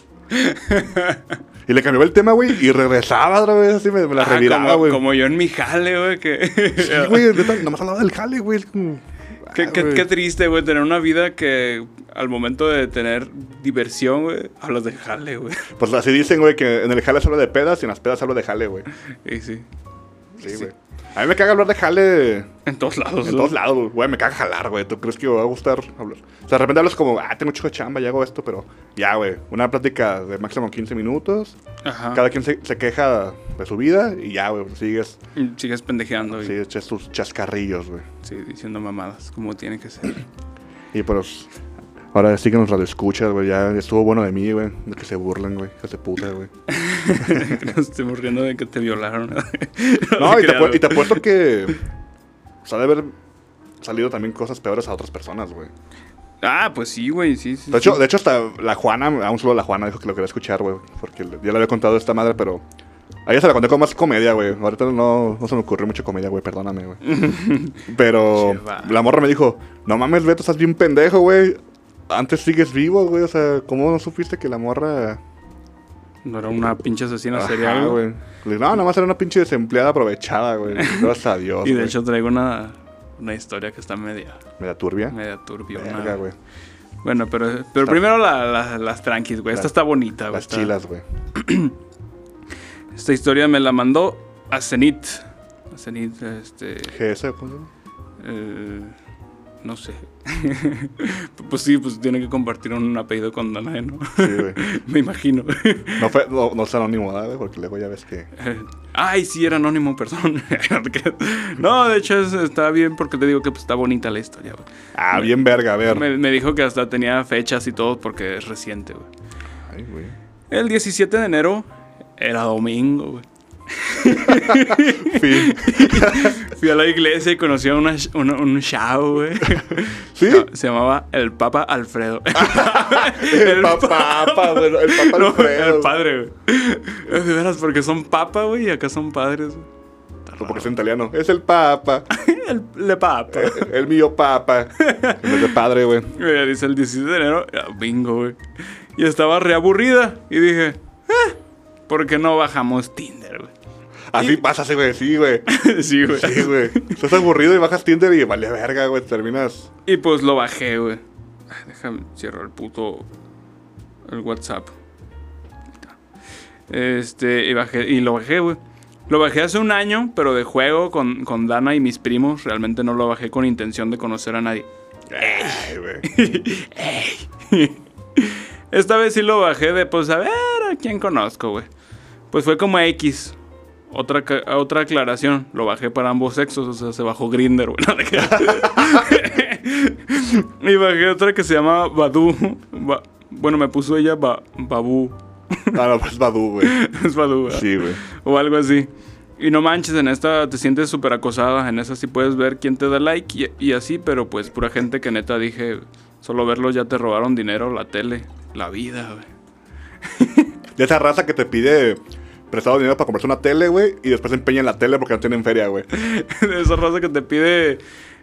Y le cambiaba el tema, güey, y regresaba otra vez, así me, me la Ajá, reviraba, como, güey. como yo en mi jale, güey, que... Sí, güey, neta, nomás hablaba del jale, güey. Es como... Qué, ah, qué- güey. qué triste, güey, tener una vida que al momento de tener diversión, güey, hablas de jale, güey. Pues así dicen, güey, que en el jale se habla de pedas y en las pedas se habla de jale, güey. Y sí, Sí, Sí. güey. A mí me caga hablar de jale en todos lados. en ¿no? todos lados, güey. Me caga jalar, güey. ¿Tú crees que me va a gustar hablar? O sea, de repente hablas como, ah, tengo chico de chamba y hago esto, pero ya, güey. Una plática de máximo quince minutos. Ajá. Cada quien se, se queja de su vida y ya, güey. Sigues, Y sigues pendejeando y sí, echas tus chascarrillos, güey. sí, diciendo mamadas, como tiene que ser. Y pues, ahora sí que nos radioescuchas, güey. Ya estuvo bueno de mí, güey. De que se burlen, güey. Que se puta, güey. Nos estamos riendo de que te violaron. No, y te, creas, apu- y te apuesto que... O sea, debe haber salido también cosas peores a otras personas, güey. Ah, pues sí, güey, sí, sí. De hecho, sí. de hecho, hasta la Juana, aún solo la Juana dijo que lo quería escuchar, güey. Porque le- ya le había contado a esta madre, pero... A ella se la conté con más comedia, güey. Ahorita no, no se me ocurrió mucha comedia, güey. Perdóname, güey. Pero Che, va. la morra me dijo, no mames, Beto, estás bien pendejo, güey. Antes sigues vivo, güey. O sea, ¿cómo no supiste que la morra... No era una pinche asesina Ajá, serial, güey. güey. Le dije, no, nada más era una pinche desempleada aprovechada, güey. Gracias a Dios, Y de güey. hecho traigo una, una historia que está media, ¿Me da turbia? media turbia. una- Verga, güey. Bueno, pero, pero Está- primero la- la- las tranquis, güey. Esta Las- está bonita, güey. Las está- chilas, güey. Esta historia me la mandó a Zenit. A Zenit, este... G S, ¿cómo se llama? eh, no sé. Pues sí, pues tiene que compartir un apellido con Danae, ¿no? Sí, güey. Me imagino. No, fue, no, no es anónimo, ¿verdad, güey? Porque luego ya ves que... Eh, Ay, sí, era anónimo, perdón. No, de hecho es- está bien porque te digo que pues, está bonita la historia, güey. Ah, bien verga, a ver. Me, me dijo que hasta tenía fechas y todo porque es reciente, güey. Ay, güey. El diecisiete de enero era domingo, güey. Fin. Fui a la iglesia y conocí a una, una- un chavo, güey. ¿Sí? Se llamaba el Papa Alfredo. El papá, güey. El papá No, Alfredo. el padre, güey. De veras, porque son papa, güey, y acá son padres, güey. Está Porque raro. es en italiano. Es el papa. El, le papa. El mío papa. En vez de padre, güey. Mira, dice el diecisiete de enero, era bingo, güey. Y estaba reaburrida. Y dije, eh, ¿por qué no bajamos Tinder, güey? Así pasa, sí, güey. Sí, güey. Sí, güey. Sí, güey. Estás aburrido y bajas Tinder y vale verga, güey. Terminas... Y pues lo bajé, güey. Ay, déjame cierro el puto. El WhatsApp. Este, y bajé, y lo bajé, güey. Lo bajé hace un año, pero de juego con, con Dana y mis primos. Realmente no lo bajé con intención de conocer a nadie. Ay, güey. Esta vez sí lo bajé de, pues, a ver a quién conozco, güey. Pues fue como X. Otra, ca- otra aclaración, lo bajé para ambos sexos, o sea, se bajó Grindr, güey. No, de que- y bajé otra que se llama Badu. Ba- bueno, me puso ella ba- Babu. Ah, no, pues Badu, güey. Es Badu, ¿verdad? Sí, güey. O algo así. Y no manches, en esta te sientes súper acosada. En esa sí puedes ver quién te da like y, y así, pero pues pura gente que neta dije, solo verlos ya te robaron dinero, la tele, la vida, güey. De esa raza que te pide prestado dinero para comprarse una tele, güey, y después se empeña en la tele porque no tienen feria, güey. Esa raza que te pide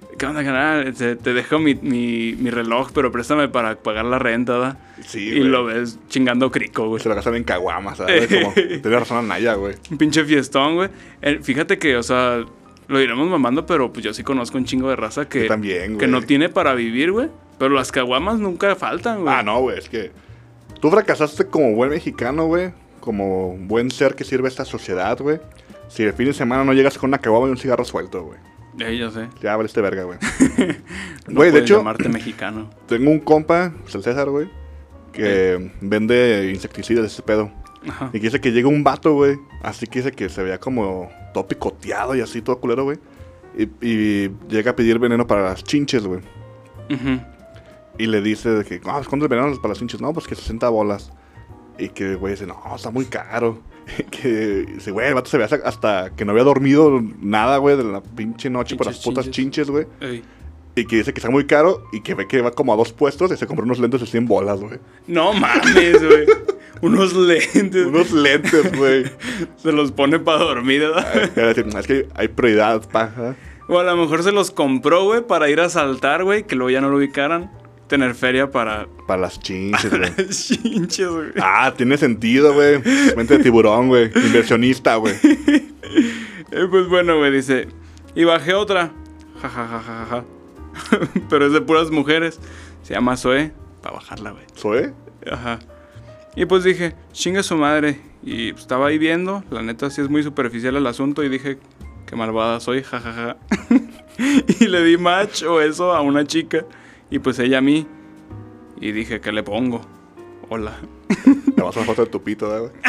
¿Qué onda, canal? Te, te dejo mi, mi, mi reloj, pero préstame para pagar la renta, ¿verdad? Sí, Y güey. lo ves chingando crico, güey. Se lo gastan en caguamas, ¿sabes? Como, tiene razón Anaya, güey. Un pinche fiestón, güey. Eh, Fíjate que, o sea, lo iremos mamando, pero pues yo sí conozco un chingo de raza que, Yo también, que güey. no tiene para vivir, güey. Pero las caguamas nunca faltan, güey. Ah, no, güey, es que tú fracasaste como buen mexicano, güey. Como buen ser que sirve a esta sociedad, güey. Si el fin de semana no llegas con una caguama y un cigarro suelto, güey. Eh, ya sé. Ya valiste verga, güey. No Güey, de puedes hecho, llamarte mexicano. tengo un compa, es el César, güey, que vende insecticidas de ese pedo. Ajá. Y que dice que llega un vato, güey. Así que dice que se veía como todo picoteado y así, todo culero, güey. Y, y llega a pedir veneno para las chinches, güey. Ujú. Y le dice de que, ah, ¿cuánto es veneno para las chinches? No, pues que sesenta bolas. Y que el güey dice, no, está muy caro. Que dice, güey, el vato se ve hasta, hasta que no había dormido nada, güey, de la pinche noche por las Pinches putas chinches. chinches, güey. Ey. Y que dice que está muy caro y que ve que va como a dos puestos y se compró unos lentes de cien bolas, güey. No mames, güey. Unos lentes. Unos lentes, güey. Se los pone para dormir, ¿verdad? Era decir, es que hay prioridad, paja. O a lo mejor se los compró, güey, para ir a saltar, güey, que luego ya no lo ubicaran. Tener feria para Para las chinches, güey. chinches, güey. Ah, tiene sentido, güey. Mente de tiburón, güey. Inversionista, güey. Eh, pues bueno, güey, dice. Y bajé otra. Ja, ja, ja, ja, ja. Pero es de puras mujeres. Se llama Zoe. Para bajarla, güey. ¿Soy? Ajá. Y pues dije, chinga su madre. Y pues, estaba ahí viendo. La neta sí es muy superficial el asunto. Y dije, qué malvada soy, jajaja. Y le di match o eso a una chica. Y pues ella a mí. Y dije, ¿qué le pongo? Hola. Le vas a una foto de tu pito, ¿verdad, güey?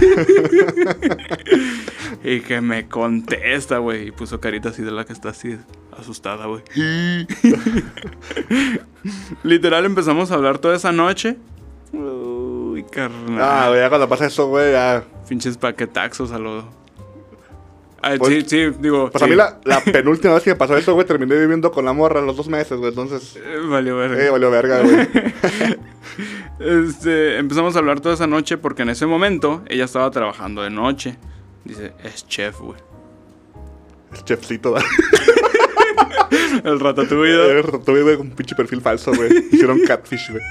Y que me contesta, güey. Y puso carita así de la que está así asustada, güey. Literal empezamos a hablar toda esa noche. Uy, carnal. Ah, güey, ya cuando pasa eso, güey, ya. Pinches paquetaxos a lo... Ah, Pues- sí, sí, digo... Pues sí. a mí la, la penúltima vez que me pasó eso, güey, terminé viviendo con la morra los dos meses, güey. Entonces, Eh, Valió verga. eh, valió verga, güey. Este, empezamos a hablar toda esa noche porque en ese momento ella estaba trabajando de noche. Dice, es chef, güey. Es chefcito, ¿verdad? El ratatouille. Eh, Tuve, güey, un pinche perfil falso, güey. Hicieron catfish, güey.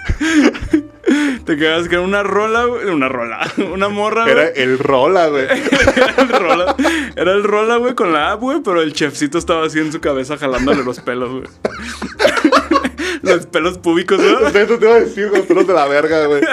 Te quedas que era una rola, güey. Una rola. Una morra, güey. Era el rola, güey. Era el rola. Era el rola, güey, con la app, güey. Pero el chefcito estaba así en su cabeza jalándole los pelos, güey. Los pelos púbicos, güey. Eso te iba a decir, con los pelos de la verga, güey.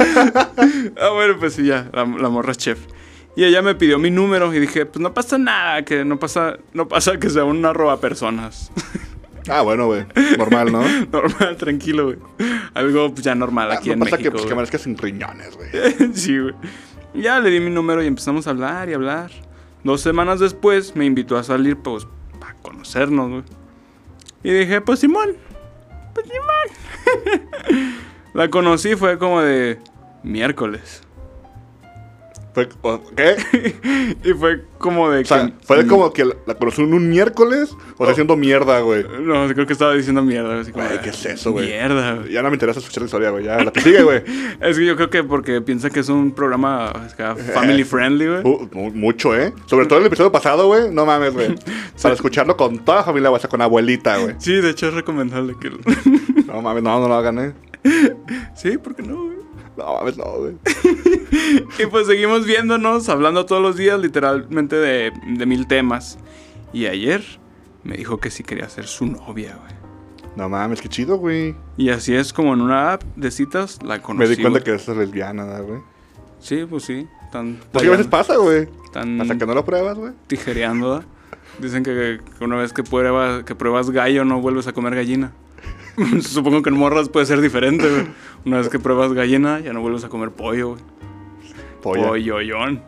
Ah, bueno, pues sí, ya. La, la morra es chef. Y ella me pidió mi número y dije, pues no pasa nada, que no pasa, no pasa que sea una roba personas. Ah, bueno, güey. Normal, ¿no? Normal, tranquilo, güey. Algo pues, ya normal aquí no en pasa México. que, pues, que güey. amanezcas sin riñones, güey. Sí, güey. Y ya le di mi número y empezamos a hablar y hablar. Dos semanas después me invitó a salir, pues, para conocernos, güey. Y dije, pues Simón, pues Simón. La conocí, fue como de miércoles. Fue, o- ¿Qué? Y fue como de O sea, que... fue como que la, la conocí en un miércoles o sea, haciendo mierda, güey. No, creo que estaba diciendo mierda. Así como, Güey, ¿qué es eso, güey? Mierda, güey. Ya no me interesa escuchar la historia, güey. Ya, la que sigue, güey. Es que yo creo que porque piensa que es un programa es que, family friendly, güey. Uh, mu- mucho, ¿eh? Sobre todo el episodio pasado, güey. No mames, güey. Para escucharlo con toda la familia, güey. O sea, con abuelita, güey. Sí, de hecho es recomendable que... No mames, no, no lo hagan, ¿eh? Sí, ¿por qué no, güey? No mames, no, güey. Y pues seguimos viéndonos, hablando todos los días, literalmente de, de mil temas. Y ayer me dijo que sí quería ser su novia, güey. No mames, qué chido, güey. Y así es como en una app de citas la conocí. Me di cuenta güey. que eres lesbiana, ¿verdad, güey? Sí, pues sí. Están, Pues, ¿qué a veces pasa, güey? están Hasta que no lo pruebas, güey. tijereando, ¿verdad? Dicen que, que una vez que pruebas, que pruebas gallo no vuelves a comer gallina. Supongo que en morras puede ser diferente, güey. Una vez que pruebas gallina, ya no vuelves a comer pollo, güey. Polla. Polloyón.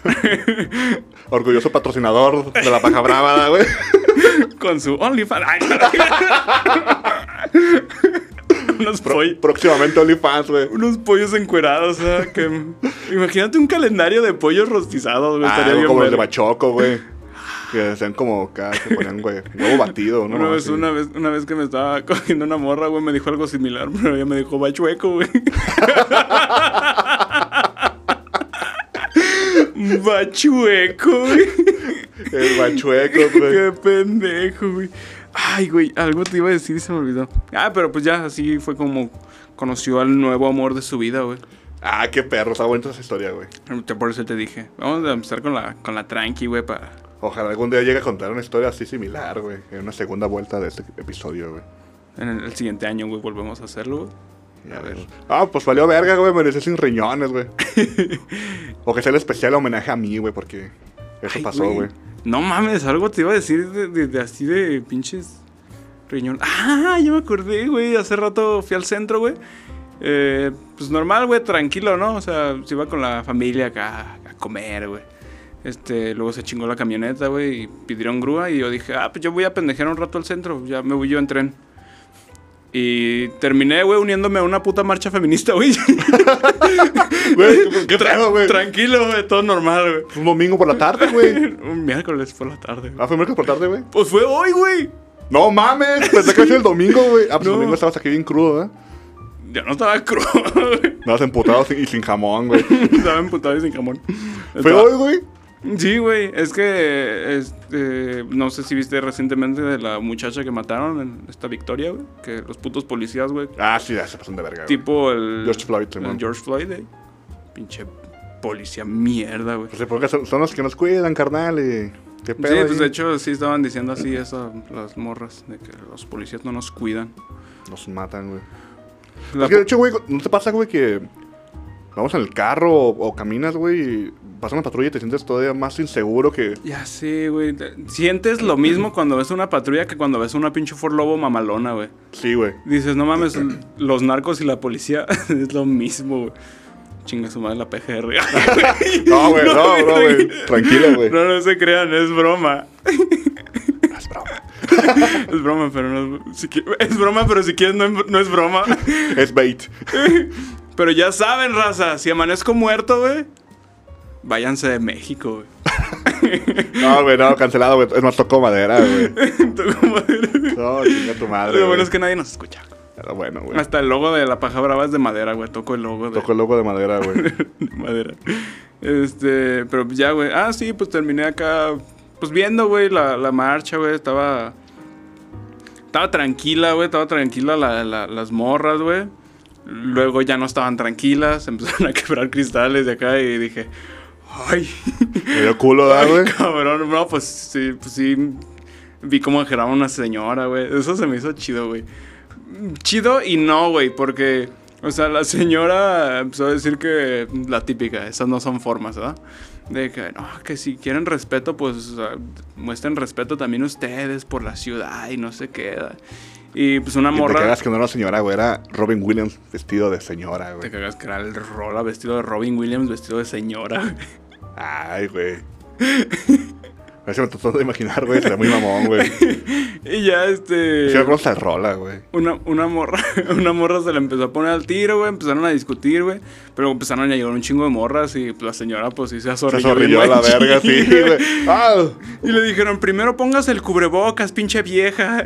Orgulloso patrocinador de la paja brava, güey. Con su OnlyFans. Ay, unos, Pro- poll- próximamente OnlyFans, güey. unos pollos encuerados, o sea, que... Imagínate un calendario de pollos rostizados, güey. Ah, estaría algo bien como el de verga. Bachoco, güey. Que sean como acá, que ponían, güey, huevo batido, ¿no? Una vez, Así. una vez, una vez que me estaba cogiendo una morra, güey, me dijo algo similar, pero ella me dijo, va chueco, güey. Va chueco, güey. El bachueco, güey. Qué pendejo, güey. Ay, güey, algo te iba a decir y se me olvidó. Ah, pero pues ya, así fue como conoció al nuevo amor de su vida, güey. Ah, qué perro, está bonita esa historia, güey. Por eso te dije. Vamos a empezar con la, con la tranqui, güey, para... Ojalá algún día llegue a contar una historia así similar, güey. En una segunda vuelta de este episodio, güey. En el, el siguiente año, güey, volvemos a hacerlo, güey. Ya a ver. Ah, pues valió verga, güey. Me decía sin riñones, güey. O que sea el especial homenaje a mí, güey, porque eso Ay, pasó, güey. No mames, algo te iba a decir de, de, de así de pinches riñón. Ah, ya me acordé, güey. Hace rato fui al centro, güey. Eh, pues normal, güey, tranquilo, ¿no? O sea, se iba con la familia acá a comer, güey. Este, luego se chingó la camioneta, güey, y pidieron grúa. Y yo dije, ah, pues yo voy a pendejear un rato al centro. Ya me voy yo en tren. Y terminé, güey, uniéndome a una puta marcha feminista, güey. Güey, ¿qué pedo, güey? Tranquilo, güey, todo normal, güey. Un domingo por la tarde, güey. Un miércoles por la tarde, güey. Ah, fue miércoles por la tarde, güey. Pues fue hoy, güey. No mames, pensé que era el domingo, güey. Ah, pues No. el domingo estabas aquí bien crudo, ¿eh? Ya no estaba crudo, güey. Estabas emputado sin- y sin jamón, güey. Estaba emputado y sin jamón. ¿Fue Estaba- hoy, güey? Sí, güey. Es que, este, no sé si viste recientemente de la muchacha que mataron en esta Victoria, güey. Que los putos policías, güey. Ah, sí, ya se pasan de verga, güey. Tipo el... George Floyd, el Simón. George Floyd, eh. Pinche policía mierda, güey. Pues sí, porque son, son los que nos cuidan, carnal, y... ¿Qué Sí, pedo? pues ahí? de hecho sí estaban diciendo así eso, las morras, de que los policías no nos cuidan. Nos matan, güey. La Es que de hecho, güey, ¿no te pasa, güey, que vamos en el carro o, o caminas, güey, y pasa una patrulla y te sientes todavía más inseguro que... Ya sé, güey. Te- Sientes lo mismo cuando ves una patrulla que cuando ves una pinche Ford Lobo mamalona, güey. Sí, güey. Dices, no mames, los narcos y la policía es lo mismo, güey. Chinga su madre la P G R. No, güey, no, no, güey. Tranquilo, güey. No, no se crean, es broma. Es broma. Es broma, pero no es... Si qui- es broma, pero si quieres no, es- no es broma. Es bait. Pero ya saben, raza, si amanezco muerto, güey, váyanse de México, güey. No, güey, no, cancelado, güey. Es más, tocó madera, güey. Toco madera, güey. No, chinga tu madre, Lo bueno güey. es que nadie nos escucha. Era bueno, güey. Hasta el logo de la paja brava es de madera, güey. Toco el logo de, Tocó el logo de madera, güey. de madera. Este, pero ya, güey. Ah, sí, pues terminé acá, pues viendo, güey, la, la marcha, güey. Estaba, estaba tranquila, güey. Estaba tranquila la, la- las morras, güey. Luego ya no estaban tranquilas. Empezaron a quebrar cristales de acá y dije, ay, Me dio culo, ¿verdad, ay, güey? cabrón. No, pues sí, pues sí. Vi cómo agarraba una señora, güey. Eso se me hizo chido, güey. Chido y no, güey, porque, o sea, la señora empezó a decir que la típica, esas no son formas, ¿verdad? De que, no, que si quieren respeto, pues o sea, muestren respeto también ustedes por la ciudad y no sé qué. ¿verdad? Y pues una Y te morra... cagas que no era una señora, güey. Era Robin Williams vestido de señora, Te güey. cagas que era el Rola vestido de Robin Williams, vestido de señora. güey. Ay, güey. A ver si me trató de imaginar, güey. Sería muy mamón, güey. Y ya, este... Sí, me acuerdo hasta el rola, güey. Una, una morra, una morra se le empezó a poner al tiro, güey. Empezaron a discutir, güey. Pero empezaron a llegar un chingo de morras y pues, la señora, pues sí se Se azorrilló. zorrilló a bien la machín, verga, sí, güey. ¡Ah! Y le dijeron, primero póngase el cubrebocas, pinche vieja.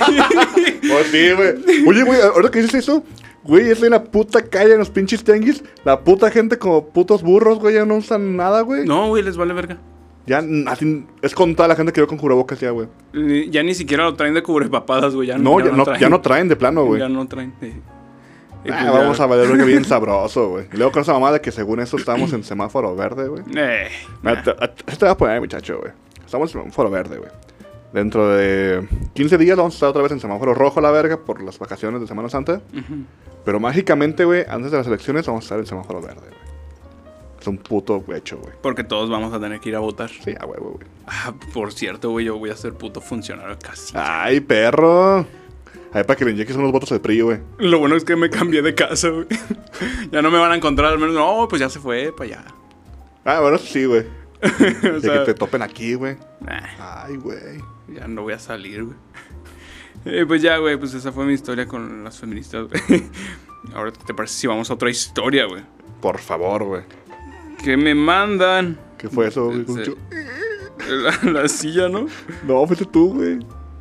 Y- Oh, sí, güey. Oye, güey, ahora que dices eso, güey, es en la puta calle, en los pinches tianguis. La puta gente como putos burros, güey, ya no usan nada, güey. no, güey, les vale verga. Ya, n- así, es con toda la gente que veo con cubrebocas ya, güey. Ni- Ya ni siquiera lo traen de cubrepapadas, güey. Ya, No, ya no, ya no traen de plano, güey. Ya no traen. sí. Y Ah, pues vamos ya- a valer verga bien sabroso, güey. Y luego con esa mamá de que según eso estábamos en semáforo verde, güey. Eh, Mira, te- a- Te voy a poner, muchacho, güey. Estamos en semáforo verde, güey. Dentro de quince días vamos a estar otra vez en semáforo rojo a la verga por las vacaciones de Semana Santa. ujú. Pero mágicamente, güey, antes de las elecciones vamos a estar en semáforo verde, güey. Es un puto hecho, güey. Porque todos vamos a tener que ir a votar. Sí, ah, güey, güey. Ah, por cierto, güey, yo voy a ser puto funcionario casi. Ay, perro. Ahí para que le inyectes unos votos al P R I, güey. Lo bueno es que me cambié de casa, güey. Ya no me van a encontrar, al menos. No, pues ya se fue para allá. Ah, bueno, sí, güey. O De sea, que te topen aquí, güey. nah, Ay, güey. ya no voy a salir, güey. Eh, pues ya, güey, pues esa fue mi historia con las feministas, güey. Ahora, ¿qué te parece si vamos a otra historia, güey? Por favor, güey. Que me mandan ¿Qué fue eso, güey? Sí. Escucho- la, la silla, ¿no? No, fuiste tú, güey.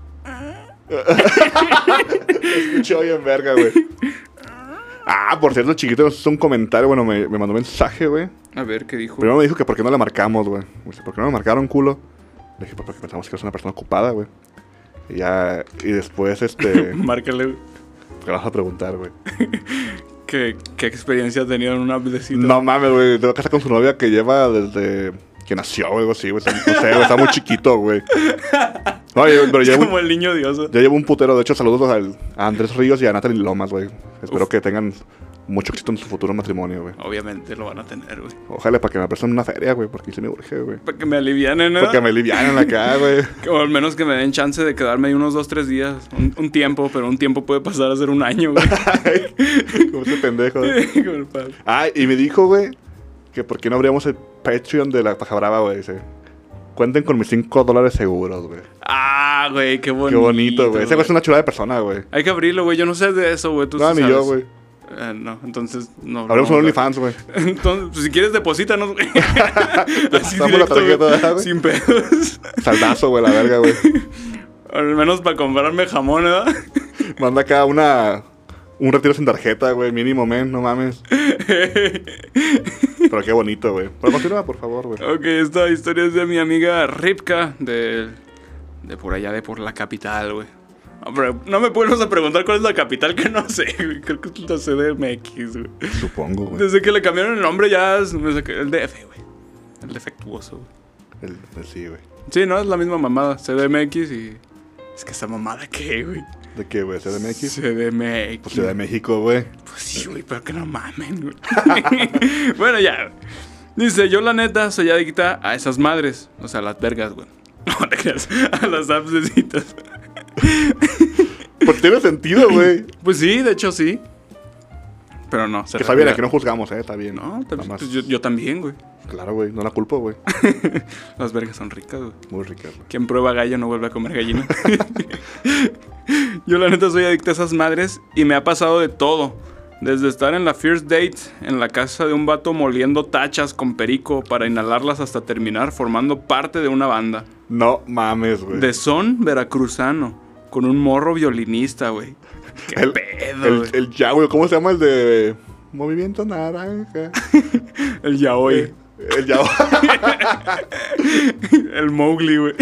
Escuché hoy en verga, güey. Ah, por cierto, chiquito, nos hizo un comentario. Bueno, me, me mandó un mensaje, güey. A ver, ¿qué dijo? Primero me dijo que por qué no la marcamos, güey. Me dice, ¿por qué no la marcaron, culo? Le dije, pues porque pensamos que es una persona ocupada, güey. Y ya, y después, este, Márcale, güey. ¿qué vas a preguntar, güey? ¿Qué, ¿Qué experiencia ha tenido en una app de citas? No mames, güey, tengo que casar con su novia que lleva desde que nació, güey, algo así, güey. No sé, güey, está muy chiquito, güey. No, yo- pero Es llevo, como el niño dioso. ya llevo un putero. De hecho, saludos al- a Andrés Ríos y a Natalie Lomas, güey. Espero Uf. que tengan mucho éxito en su futuro matrimonio, güey. Obviamente lo van a tener, güey. Ojalá para que me presten una feria, güey, porque sí me urge, güey. Para que me alivianen, ¿no? Porque me alivianen acá, güey. O al menos que me den chance de quedarme ahí unos dos, tres días. Un, un tiempo, pero un tiempo puede pasar a ser un año, güey. Como ese pendejo, güey. Como el padre. Ah, y me dijo, güey, que por qué no abríamos el Patreon de la Paja Brava, güey. Dice, cuenten con mis cinco dólares seguros, güey. Ah, güey, qué bonito. Qué bonito, güey. Ese güey es una chulada de persona, güey. Hay que abrirlo, güey. Yo no sé de eso, güey. Tú No, sí ni yo, sabes. güey. Eh, no, entonces no. Hablamos no, con güey. OnlyFans, güey. Entonces, pues, si quieres, deposítanos, güey. Así pasamos la directo, tarjeta, güey, güey. sin pedos. Saldazo, güey, la verga, güey. Al menos para comprarme jamón, ¿verdad? Manda acá una... Un retiro sin tarjeta, güey. Mínimo, men. No mames. Pero qué bonito, güey. Pero continúa, por favor, güey. Ok, esta historia es de mi amiga Ripka, de, de por allá, de por la capital, güey. Hombre, no me puedes a preguntar cuál es la capital, que no sé, güey. Creo que es la C D M X, güey. Supongo, güey. Desde que le cambiaron el nombre ya es- me saqué- el D F, güey. El defectuoso, güey. El, el sí, güey. Sí, no, es la misma mamada. C D M X y... Es que esa mamada, ¿qué, güey? ¿De qué, güey? ¿C D M X? C D M X. Pues Ciudad de México, güey. Pues sí, güey, pero que no mamen, güey. Bueno, ya. Dice, yo la neta soy adicta a esas madres. O sea, a las vergas, güey. No te creas. A las apps de citas. Pues tiene sentido, güey. Pues sí, de hecho sí. Pero no, se Que está bien, refiere- aquí no juzgamos, eh. Está bien. No, Nada tam- más. pues yo, yo también, güey. Claro, güey. No la culpo, güey. Las vergas son ricas, güey. Muy rica, güey. Quien prueba gallo no vuelve a comer gallina. Yo la neta soy adicta a esas madres y me ha pasado de todo. Desde estar en la first date en la casa de un vato moliendo tachas con perico para inhalarlas hasta terminar formando parte de una banda. No mames, güey. De son veracruzano, con un morro violinista, güey. Qué el, pedo, el, güey. el ya, güey. ¿Cómo se llama el de Movimiento Naranja? El yaoi. Eh, el ya. El Mowgli, güey.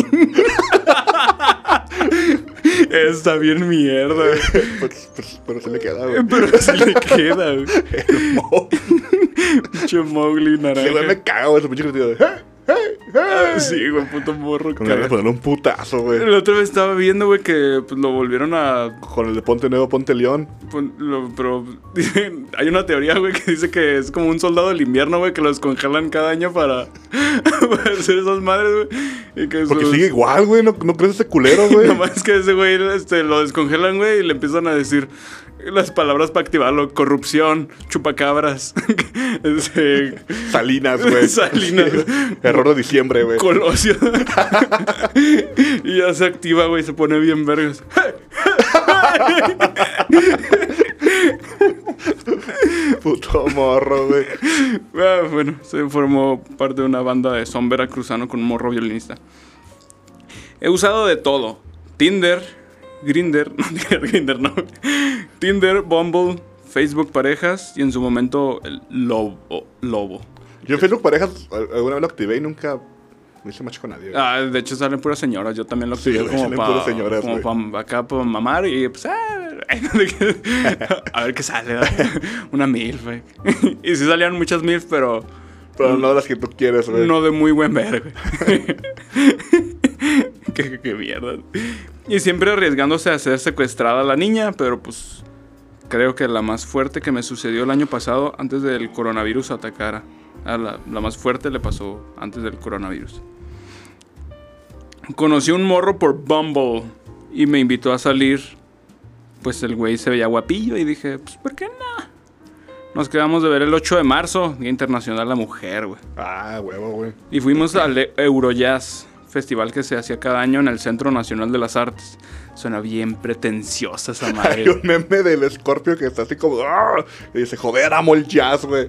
Está bien mierda, güey. pues, pues, pero se le queda, güey. Pero sí le queda, güey. El mo- Pinche Mowgli Sí, güey, naranja. me cago, güey. Ese pinche grito de... "Hey, hey, hey". Ah, sí, güey, puto morro. Con ganas de caga. ponerle un putazo, güey. La otra vez estaba viendo, güey, que pues, lo volvieron a... Con el de Ponte Nuevo, Ponte León. pon- lo- pero dicen- hay una teoría, güey, que dice que es como un soldado del invierno, güey, que los congelan cada año para, para hacer esas madres, güey. Y que Porque sus- sigue igual, güey. No, no crees ese culero, güey. Nomás que ese güey este, lo descongelan, güey, y le empiezan a decir las palabras para activarlo. Corrupción, chupacabras, este, Salinas, güey. Salinas. Error de diciembre, güey. Colosio. Y ya se activa, güey, se pone bien vergas. Puto morro, güey. Ah, bueno, se formó parte de una banda de son veracruzano con un morro violinista. He usado de todo. Tinder, Grindr, no, Grindr no. Tinder, Bumble, Facebook parejas y en su momento el Lobo. Lobo. Yo en Facebook Parejas alguna vez lo activé y nunca me hice match con nadie. güey. Ah, de hecho salen puras señoras. Yo también lo Sí, activé güey, como salen para puras señoras, como güey. pa- acá para mamar y pues ah, a ver qué sale. ¿verdad? Una milf, güey. Y sí salían muchas milf, pero Pero no las que tú quieres, güey. no de muy buen ver, güey. qué, qué mierda. Y siempre arriesgándose a ser secuestrada la niña, pero pues creo que la más fuerte que me sucedió el año pasado antes del coronavirus atacara. A la, la más fuerte le pasó antes del coronavirus. Conocí un morro por Bumble y me invitó a salir. Pues el güey se veía guapillo y dije, pues ¿por qué no? Nos quedamos de ver el ocho de marzo, Día Internacional de la Mujer, güey. Ah, huevo, güey. Y fuimos al E- Eurojazz, festival que se hacía cada año en el Centro Nacional de las Artes. Suena bien pretenciosa esa Hay madre. un meme del Scorpio que está así como... "Ah", y dice, joder, amo el jazz, güey.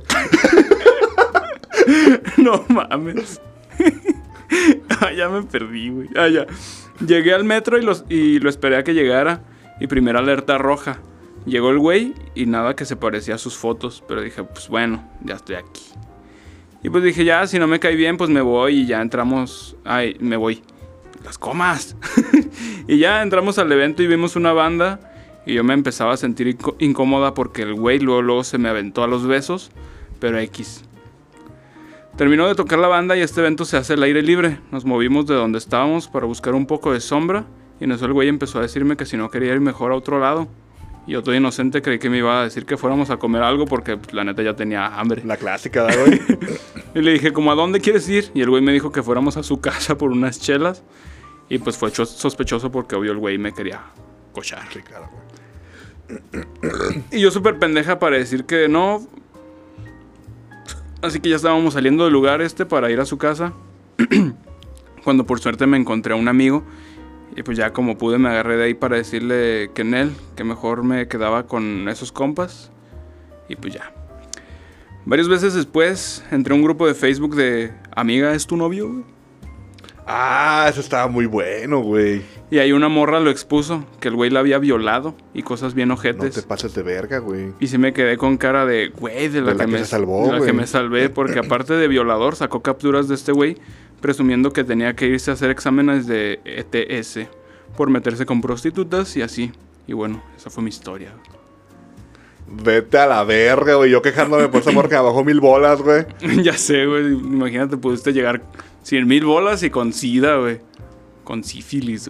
No mames. Ah, ya me perdí, güey. Ah, ya. Llegué al metro y, los, y lo esperé a que llegara. Y primera alerta roja. Llegó el güey y nada que se parecía a sus fotos. Pero dije, pues bueno, ya estoy aquí. Y pues dije, ya, si no me cae bien, pues me voy y ya entramos. Ay, me voy. Las comas. Y ya entramos al evento y vimos una banda. Y yo me empezaba a sentir inco- incómoda porque el güey luego, luego se me aventó a los besos. Pero X. Terminó de tocar la banda y este evento se hace al aire libre. Nos movimos de donde estábamos para buscar un poco de sombra. Y en eso el güey empezó a decirme que si no quería ir mejor a otro lado. Y yo todo inocente creí que me iba a decir que fuéramos a comer algo porque pues, la neta ya tenía hambre. La clásica, ¿verdad, güey? Y le dije, ¿cómo a dónde quieres ir? Y el güey me dijo que fuéramos a su casa por unas chelas. Y pues fue cho- sospechoso porque obvio el güey me quería cochar. Sí, claro, güey. Y yo súper pendeja para decir que no. Así que ya estábamos saliendo del lugar este para ir a su casa. Cuando por suerte me encontré a un amigo. Y pues ya como pude me agarré de ahí para decirle que en él, que mejor me quedaba con esos compas. Y pues ya. Varias veces después entré a un grupo de Facebook de Amiga, ¿es tu novio, güey? Ah, eso estaba muy bueno, güey. Y ahí una morra lo expuso, que el güey la había violado y cosas bien No ojetes. te pases de verga, güey. Y sí me quedé con cara de, güey, de la, De la que, que me, se salvó, de la güey. que me salvé. Porque aparte de violador, sacó capturas de este güey, presumiendo que tenía que irse a hacer exámenes de E T S por meterse con prostitutas y así. Y bueno, esa fue mi historia. Vete a la verga, güey. Yo quejándome por esa morra que me bajó mil bolas, güey. Ya sé, güey. Imagínate, pudiste llegar cien mil bolas y con sida, güey. Con sífilis,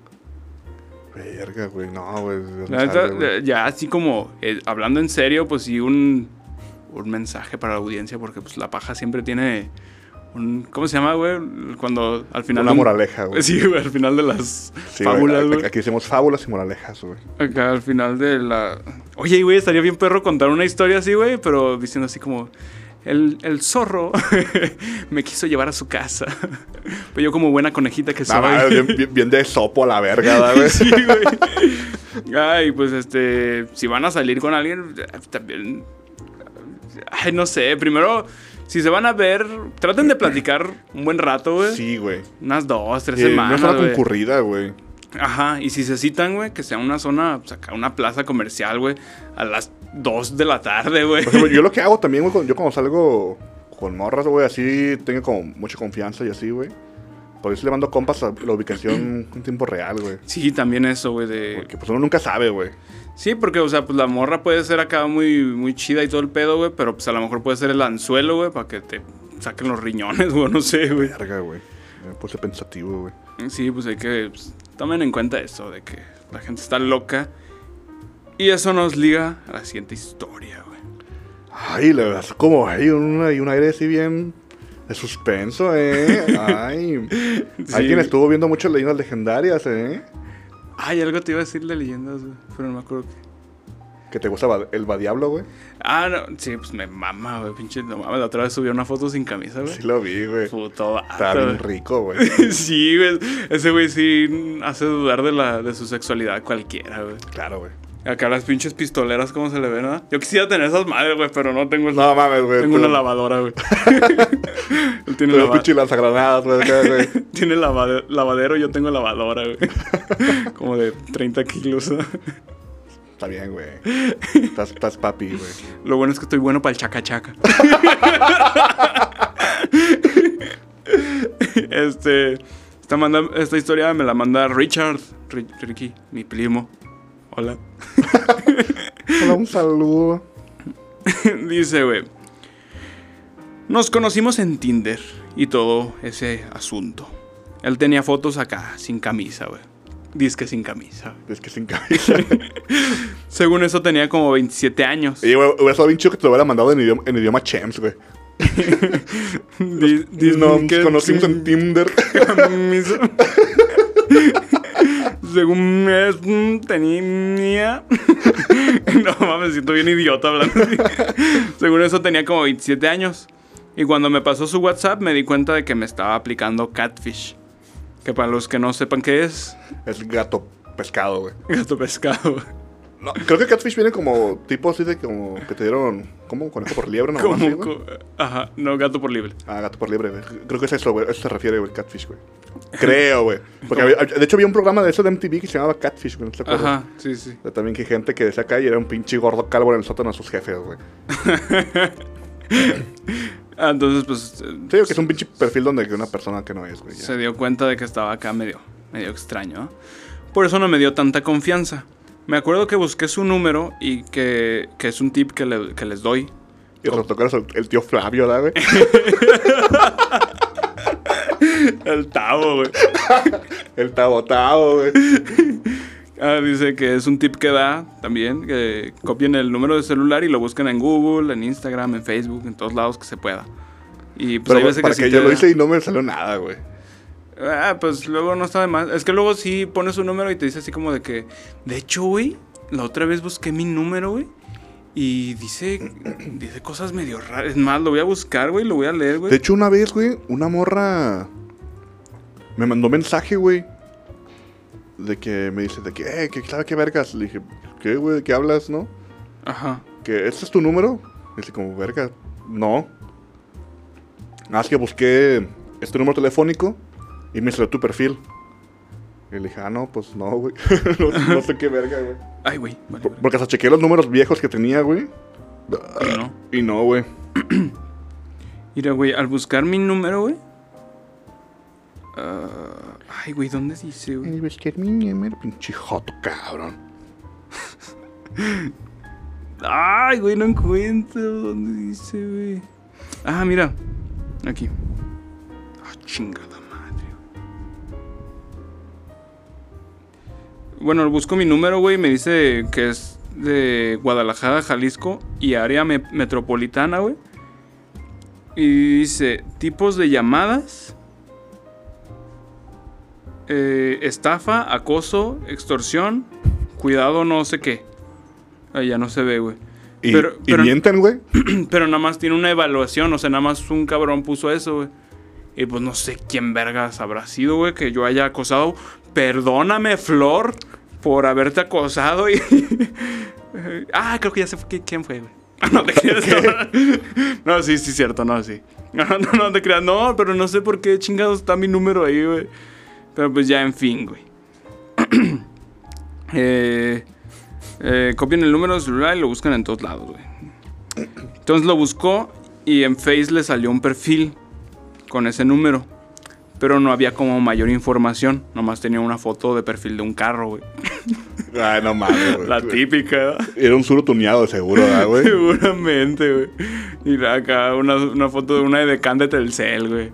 güey. Verga, güey. No, güey. Dios me La neta, salve, güey. eh, ya así como eh, hablando en serio, pues sí, un, un mensaje para la audiencia, porque pues la paja siempre tiene un... ¿Cómo se llama, güey? Cuando al final... Una un- moraleja, güey. Sí, güey, al final de las Sí, fábulas, güey. güey. Aquí hicimos fábulas y moralejas, güey. Acá al final de la... Oye, güey, estaría bien perro contar una historia así, güey, pero diciendo así como... El, el zorro me quiso llevar a su casa. Pero yo como buena conejita que soy... Nada, bien, bien, bien de sopo a la verga, ¿verdad, güey. Sí, güey. Ay, pues este, si van a salir con alguien, también, ay, no sé, primero, si se van a ver, traten de platicar un buen rato, güey. Sí, güey. Unas dos, tres Y no semanas, es una güey. concurrida, güey. Ajá, y si se citan, güey, que sea una zona, pues acá, una plaza comercial, güey, a las dos de la tarde, güey. Por ejemplo, yo lo que hago también, güey, cuando- yo cuando salgo con morras, güey, así tengo como mucha confianza y así, güey. Por eso le mando compas a la ubicación en tiempo real, güey. Sí, también eso, güey, de... Porque pues uno nunca sabe, güey. Sí, porque, o sea, pues la morra puede ser acá muy, muy chida y todo el pedo, güey, pero pues a lo mejor puede ser el anzuelo, güey, para que te saquen los riñones, güey, no sé, güey. Verga, güey. Me puse pensativo, güey. Sí, pues hay que pues, tomen en cuenta eso, de que la gente está loca. Y eso nos liga a la siguiente historia, güey. Ay, la verdad, es como hay un, hay un aire así bien de suspenso, eh. Ay. Sí. Hay quien estuvo viendo muchas leyendas legendarias, eh. Ay, algo te iba a decir de leyendas, güey, pero no me acuerdo qué. Que te gusta va- el Badiablo, güey. Ah, no, sí, pues me mama, güey, pinche, no mames, la otra vez subió una foto sin camisa, güey. Sí lo vi, güey. Puto Está vato, bien güey. rico, güey. Sí, güey, ese güey sí hace dudar de, la, de su sexualidad cualquiera, güey. Claro, güey. Acá las pinches pistoleras, ¿cómo se le ven, ah? Yo quisiera tener esas madres, güey, pero no tengo... No mames, güey. Tengo tú- una lavadora, güey. Él tiene, Tú lava- pinche lanzagranadas, güey. acá, güey. tiene lavade- lavadero, yo tengo lavadora, güey. Como de treinta kilos. Está bien, güey. Estás, estás papi, güey. Lo bueno es que estoy bueno para el chaca chaca. este... Esta, manda, esta historia me la manda Richard. Ri- Ricky, mi primo. Hola. Hola, un saludo. Dice, güey. Nos conocimos en Tinder y todo ese asunto. Él tenía fotos acá, sin camisa, güey. Dice que sin camisa. Es que sin cabeza. Según eso tenía como veintisiete años. Y, güey, hubiera estado bien chido que te lo hubiera mandado en idioma, en idioma Chems, güey. Di- dice Nos que conocimos sin en Tinder. camisa. Según es, mm, tenía... No mames, siento bien idiota hablando así. Según eso tenía como veintisiete años. Y cuando me pasó su WhatsApp me di cuenta de que me estaba aplicando catfish. Que para los que no sepan qué es, Es gato pescado, güey. gato pescado. No, creo que Catfish viene como tipo así de como que te dieron, ¿cómo? Conejo por liebre, ¿no? Como, Así, güey. co- ajá, no, gato por libre. Ah, gato por liebre, güey. Creo que es eso, güey. Eso se refiere, güey, Catfish, güey. Creo, güey. Porque había- de hecho había un programa de eso de M T V que se llamaba Catfish, güey. ¿No te acuerdas? Ajá, sí, sí. O sea, también que hay gente que decía acá y era un pinche gordo calvo en el sótano de sus jefes, güey. Ah, entonces, pues... eh, Sí, que es un pinche perfil donde que una persona que no es, güey. ya. se dio cuenta de que estaba acá medio, medio extraño, ¿no? Por eso no me dio tanta confianza. Me acuerdo que busqué su número y que, que es un tip que, le- que les doy. Y te tocas el, el tío Flavio, ¿verdad, güey? El Tavo, güey. El tabotado, güey. Ah, dice que es un tip que da también, que copien el número de celular y lo busquen en Google, en Instagram, en Facebook, en todos lados que se pueda. Y pues Pero hay veces para que que sí yo te lo da- hice y no me salió nada, güey. Ah, pues luego no está de más. Es que luego sí pones un número y te dice así como de que... De hecho, güey, la otra vez busqué mi número, güey. Y dice, dice cosas medio raras. Es más, lo voy a buscar, güey, lo voy a leer, güey. De hecho, una vez, güey, una morra me mandó mensaje, güey. De que me dice, de que, eh, que sabe qué vergas. Le dije, ¿qué, güey? ¿De qué hablas, no? Ajá. Que ¿este es tu número? Y dice, como, verga, no. Nada más que busqué este número telefónico y me salió tu perfil. Y le dije, ah, no, pues no, güey. no, no sé qué verga, güey. Ay, güey. Vale, Por- vale. Porque hasta chequeé los números viejos que tenía, güey. Y no. Y no, güey. Mira, güey, al buscar mi número, güey. ah, ay, güey, ¿dónde dice, güey? Y busqué mi número, pinche joto, cabrón. Ay, güey, no encuentro. ¿Dónde dice, güey? Ah, mira. Aquí. Ah, chingada madre. Bueno, busco mi número, güey. Me dice que es de Guadalajara, Jalisco y área me- metropolitana, güey. Y dice, tipos de llamadas. eh, estafa, acoso, extorsión. Cuidado, no sé qué. Ahí ya no se ve, güey. Y, Pero- y pero- mienten, güey. Pero nada más tiene una evaluación, o sea, nada más un cabrón puso eso, güey. Y pues no sé quién vergas habrá sido, güey, que yo haya acosado. Perdóname, Flor, por haberte acosado y... ah, creo que ya sé qui- quién fue, güey. No te creas, no. No, sí, sí, cierto, no, sí. No, no, no te creas, no, pero no sé por qué chingados está mi número ahí, güey. Pero pues ya, en fin, güey. eh... Eh, copian el número de celular y lo buscan en todos lados, güey. Entonces lo buscó y en Face le salió un perfil con ese número. Pero no había como mayor información. Nomás tenía una foto de perfil de un carro, güey. Ay, no mames, güey. La típica, ¿verdad? Era un suro tuneado, seguro, ¿verdad, güey? Seguramente, güey. Y acá una, una foto de una edecán de Telcel, güey.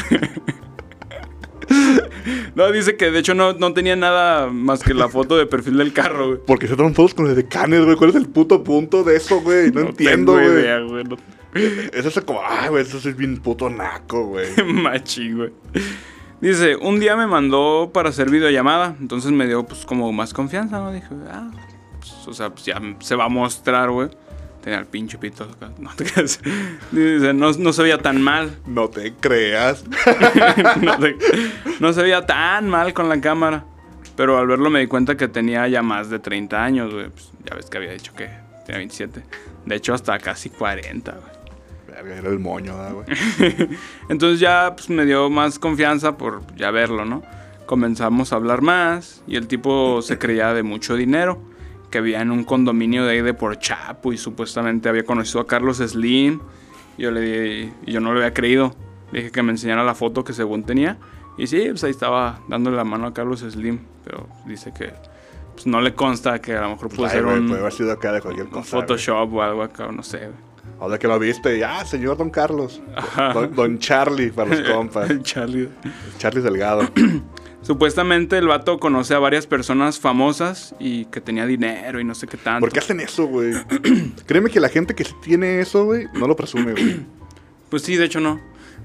No, dice que de hecho no, no tenía nada más que la foto de perfil del carro, güey. Porque se toman fotos con los decanes, güey. ¿Cuál es el puto punto de eso, güey? No, entiendo, tengo güey. idea, güey. No- Eso es como, ay, güey, eso es bien puto naco, güey. Machi, güey. Dice, un día me mandó para hacer videollamada. Entonces me dio, pues, como más confianza, ¿no? Dije, ah, pues, o sea, pues ya se va a mostrar, güey. Tenía el pinche pito acá. No te creas. Dice, no, no se veía tan mal. No te creas. no, te- no se veía tan mal con la cámara. Pero al verlo me di cuenta que tenía ya más de treinta años, güey. Pues, ya ves que había dicho que tenía veintisiete. De hecho, hasta casi cuarenta, güey. Verga, era el moño, ¿verdad, güey? Entonces ya pues, me dio más confianza por ya verlo, ¿no? Comenzamos a hablar más y el tipo se creía de mucho dinero, que vivía en un condominio de ahí de por Chapo y supuestamente había conocido a Carlos Slim. Y yo le di, y yo no le había creído. Le dije que me enseñara la foto que según tenía. Y sí, pues ahí estaba dándole la mano a Carlos Slim, pero dice que pues, no le consta que a lo mejor pudo Ay, ser güey, un, puede haber sido acá de cualquier un cosa. Photoshop o algo acá, no sé, güey. güey. Ahora que lo viste, ya, señor Don Carlos. Don, don Charlie, para los compas. El Charlie. Charlie Delgado. Supuestamente el vato conoce a varias personas famosas y que tenía dinero y no sé qué tanto. ¿Por qué hacen eso, güey? Créeme que la gente que sí tiene eso, güey, no lo presume, güey. Pues sí, de hecho no.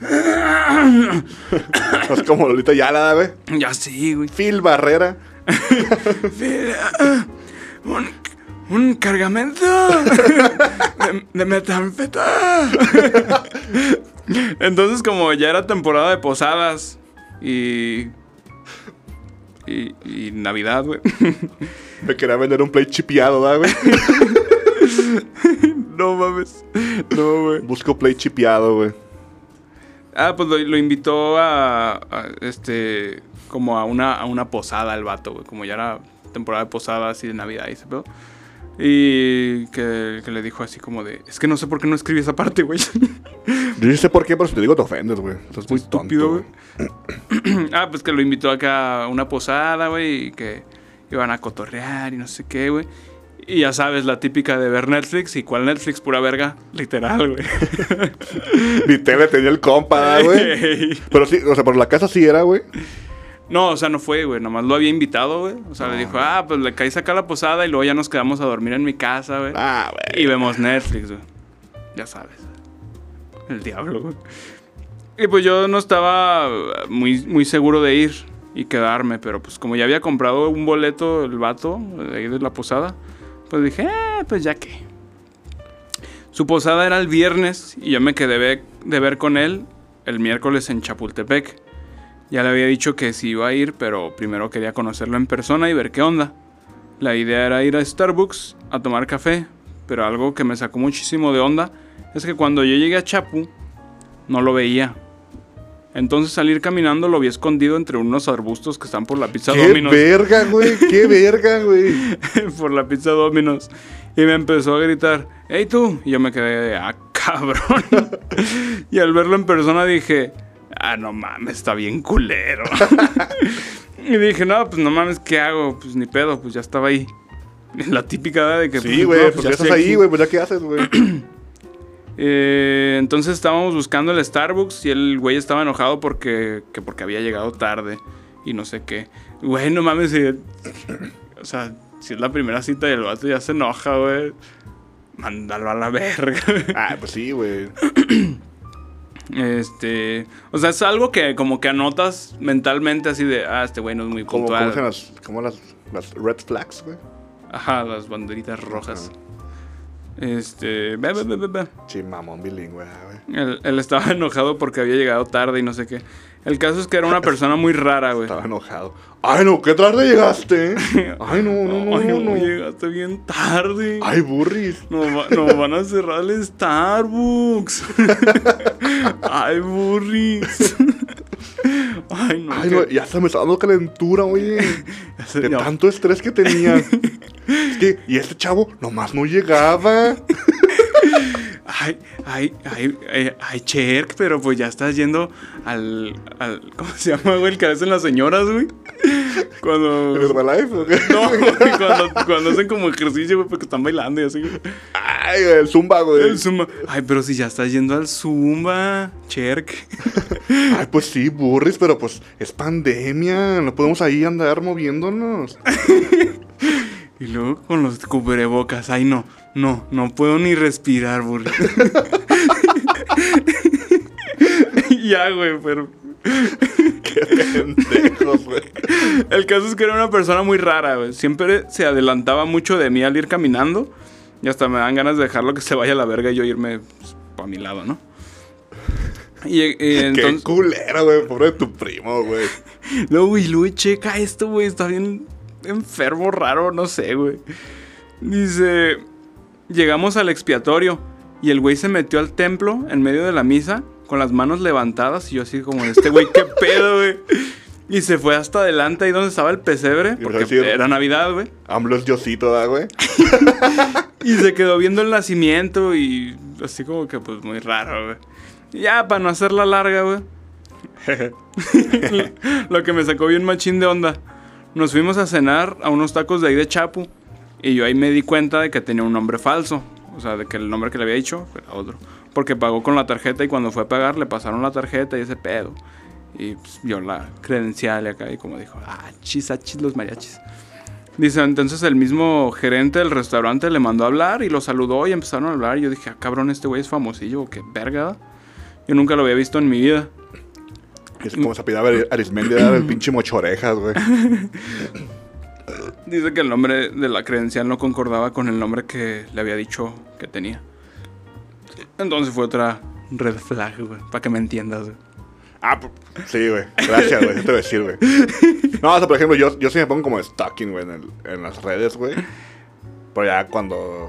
Es como Lolita Yala, güey. Ya sí, güey. Phil Barrera. Un, un cargamento de, de metanfetamina. Entonces, como ya era temporada de posadas y... Y, y Navidad, güey. Me quería vender un play chipeado, ¿verdad, güey? No mames. No, güey. Busco play chipeado, güey. Ah, pues lo, lo invitó a, a, este, como a una, a una posada el vato, güey. Como ya era temporada de posadas y de Navidad y ese pedo. Y que, que le dijo así como de... Es que no sé por qué no escribí esa parte, güey. Yo no sé por qué, pero si te digo te ofendes, güey. Estás muy Estúpido, tonto, güey. Ah, pues que lo invitó acá a una posada, güey. Y que iban a cotorrear y no sé qué, güey. Y ya sabes, la típica de ver Netflix. ¿Y cuál Netflix? Pura verga. Literal, güey. Ni tele tenía el compa, güey. Pero sí, o sea, por la casa sí era, güey. No, o sea, no fue, güey. Nomás lo había invitado, güey. O sea, No. le dijo, ah, pues le caíste acá a la posada y luego ya nos quedamos a dormir en mi casa, güey. Ah, güey. Y vemos Netflix, güey. Ya sabes. El diablo, güey. Y pues yo no estaba muy, muy seguro de ir y quedarme. Pero pues como ya había comprado un boleto el vato de ahí de la posada, pues dije, eh, pues ya que. Su posada era el viernes y yo me quedé ve- de ver con él el miércoles en Chapultepec. Ya le había dicho que sí iba a ir, pero primero quería conocerlo en persona y ver qué onda. La idea era ir a Starbucks a tomar café, pero algo que me sacó muchísimo de onda es que cuando yo llegué a Chapu, no lo veía. Entonces salir caminando lo vi escondido entre unos arbustos que están por la pizza ¡Qué Domino's. verga, güey! ¡Qué verga, güey! Por la pizza Domino's. Y me empezó a gritar, ¡Ey tú! Y yo me quedé de, ¡ah, cabrón! Y al verlo en persona dije, ¡ah, no mames, está bien culero! Y dije, no, pues no mames, ¿qué hago? Pues ni pedo, pues ya estaba ahí. La típica de que... Sí, pues, güey, no, pues ya estás estoy ahí, aquí. güey, pues ya qué haces, güey. Eh, entonces estábamos buscando el Starbucks y el güey estaba enojado porque, que porque había llegado tarde y no sé qué. Güey, no mames, si, o sea, si es la primera cita y el vato ya se enoja, güey, mándalo a la verga. Ah, pues sí, güey. Este, o sea, es algo que como que anotas mentalmente así de, ah, este güey no es muy Como, puntual. ¿cómo se llaman las, como las, las red flags, güey? Ajá, las banderitas rojas. Ajá. Este, ve, ve, ve, ve, ve. Sí, mamón bilingüe, güey. Él, él estaba enojado porque había llegado tarde y no sé qué. El caso es que era una persona muy rara, güey. Estaba enojado. ¡Ay, no! ¡Qué tarde llegaste! ¡Ay, no, no, no, Ay, no! no. llegaste bien tarde. ¡Ay, burris! Nos, va- nos van a cerrar el Starbucks. Ay, burris. Ay, no. ¡Ay, que- no! Ya se me está dando calentura, oye. ya se- De ya- tanto estrés que tenía. Es que, y este chavo nomás no llegaba. Ay, ay, ay, ay, ay, Cherk, pero pues ya estás yendo al, al... ¿Cómo se llama, güey? El que hacen las señoras, güey. Cuando... ¿En Herbalife o qué? No, güey, cuando, cuando hacen como ejercicio, güey, porque están bailando y así, güey. ¡Ay, el zumba, güey! El Zumba. Ay, pero si ya estás yendo al Zumba, Cherk. Ay, pues sí, burris, pero pues es pandemia. No podemos ahí andar moviéndonos. Y luego con los cubrebocas. Ay, no, no, no puedo ni respirar, burro. Ya, güey, pero... ¡Qué pendejos, güey! El caso es que era una persona muy rara, güey. Siempre se adelantaba mucho de mí al ir caminando. Y hasta me dan ganas de dejarlo que se vaya a la verga y yo irme pues, para mi lado, ¿no? Y, y entonces... ¡Qué culera, güey! Pobre de tu primo, güey. No, güey, Luis, checa esto, güey. Está bien enfermo, raro, no sé, güey. Dice... Llegamos al expiatorio y el güey se metió al templo en medio de la misa con las manos levantadas y yo así como, este güey, ¿qué pedo, güey? Y se fue hasta adelante ahí donde estaba el pesebre, Y porque decir- era Navidad, güey. AMLO es Diosito, ¿da, güey? Y se quedó viendo el nacimiento y así como que pues muy raro, güey. Y ya, para no hacerla larga, güey. Lo que me sacó bien machín de onda. Nos fuimos a cenar a unos tacos de ahí de Chapu. Y yo ahí me di cuenta de que tenía un nombre falso. O sea, de que el nombre que le había dicho era otro. Porque pagó con la tarjeta y cuando fue a pagar le pasaron la tarjeta y ese pedo. Y pues, vio la credencial y acá y como dijo, ah, chis, ah, chis, los mariachis. Dice, entonces el mismo gerente del restaurante le mandó a hablar y lo saludó y empezaron a hablar. Y yo dije, ah, cabrón, este güey es famosillo, qué verga. Yo nunca lo había visto en mi vida. Es como se apellidaba Arismendi, era el pinche mochorejas, güey. Dice que el nombre de la credencial no concordaba con el nombre que le había dicho que tenía. Entonces fue otra red flag, güey, para que me entiendas, güey. Ah, pues, sí, güey. Gracias, güey. Eso te voy a decir, güey. No, o sea, por ejemplo, yo, yo sí me pongo como stalking, güey, en, el- en las redes, güey. Pero ya cuando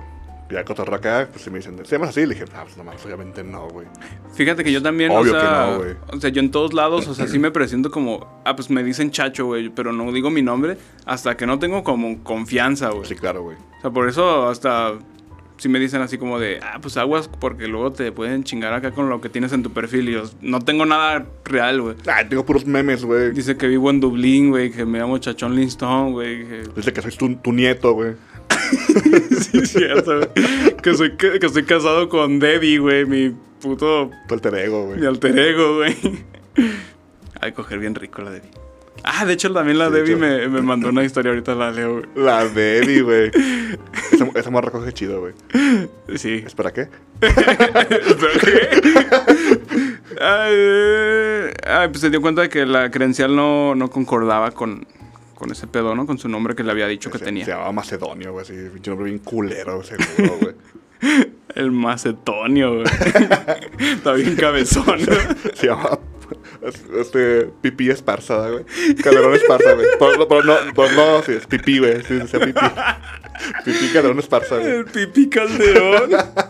Ya cotorreo acá, pues si me dicen, ¿se llama así? Le dije, ah, pues nomás, obviamente no, güey. Fíjate que yo también, Obvio o sea, que no, güey. o sea, yo en todos lados, o sea, sí me presento como, ah, pues me dicen Chacho, güey, pero no digo mi nombre hasta que no tengo como confianza, güey. Sí, claro, güey. O sea, por eso hasta sí me dicen así como de, ah, pues aguas, porque luego te pueden chingar acá con lo que tienes en tu perfil. Y yo, no tengo nada real, güey. Ah, tengo puros memes, güey. Dice que vivo en Dublín, güey, que me llamo Chachón Linstone, güey. Que... Dice que soy tu, tu nieto, güey. sí, es cierto, güey. Que soy, que, que estoy casado con Debbie, güey, mi puto... Tu alter ego, güey. Mi alter ego, güey. Ay, coger bien rico la Debbie. Ah, de hecho también la Sí, Debbie hecho. me, me mandó una historia, ahorita la leo, güey. La Debbie, güey. Esa, esa morra coge chido, güey. Sí. ¿Es para qué? ¿Pero qué? Ay, eh, ay, pues se dio cuenta de que la credencial no, no concordaba con, con ese pedo, ¿no? Con su nombre que le había dicho que se, tenía. Se llamaba Macedonio, güey. Así, pinche nombre bien culero, seguro, güey. El macetonio, güey. Está bien cabezón. Se llamaba... Este... Pipí Esparza, güey. Calderón Esparza, güey. Pero, pero no, pero no, sí, es pipí, güey. Sí, se llama pipí. Pipí Calderón Esparza, güey. El pipí Calderón.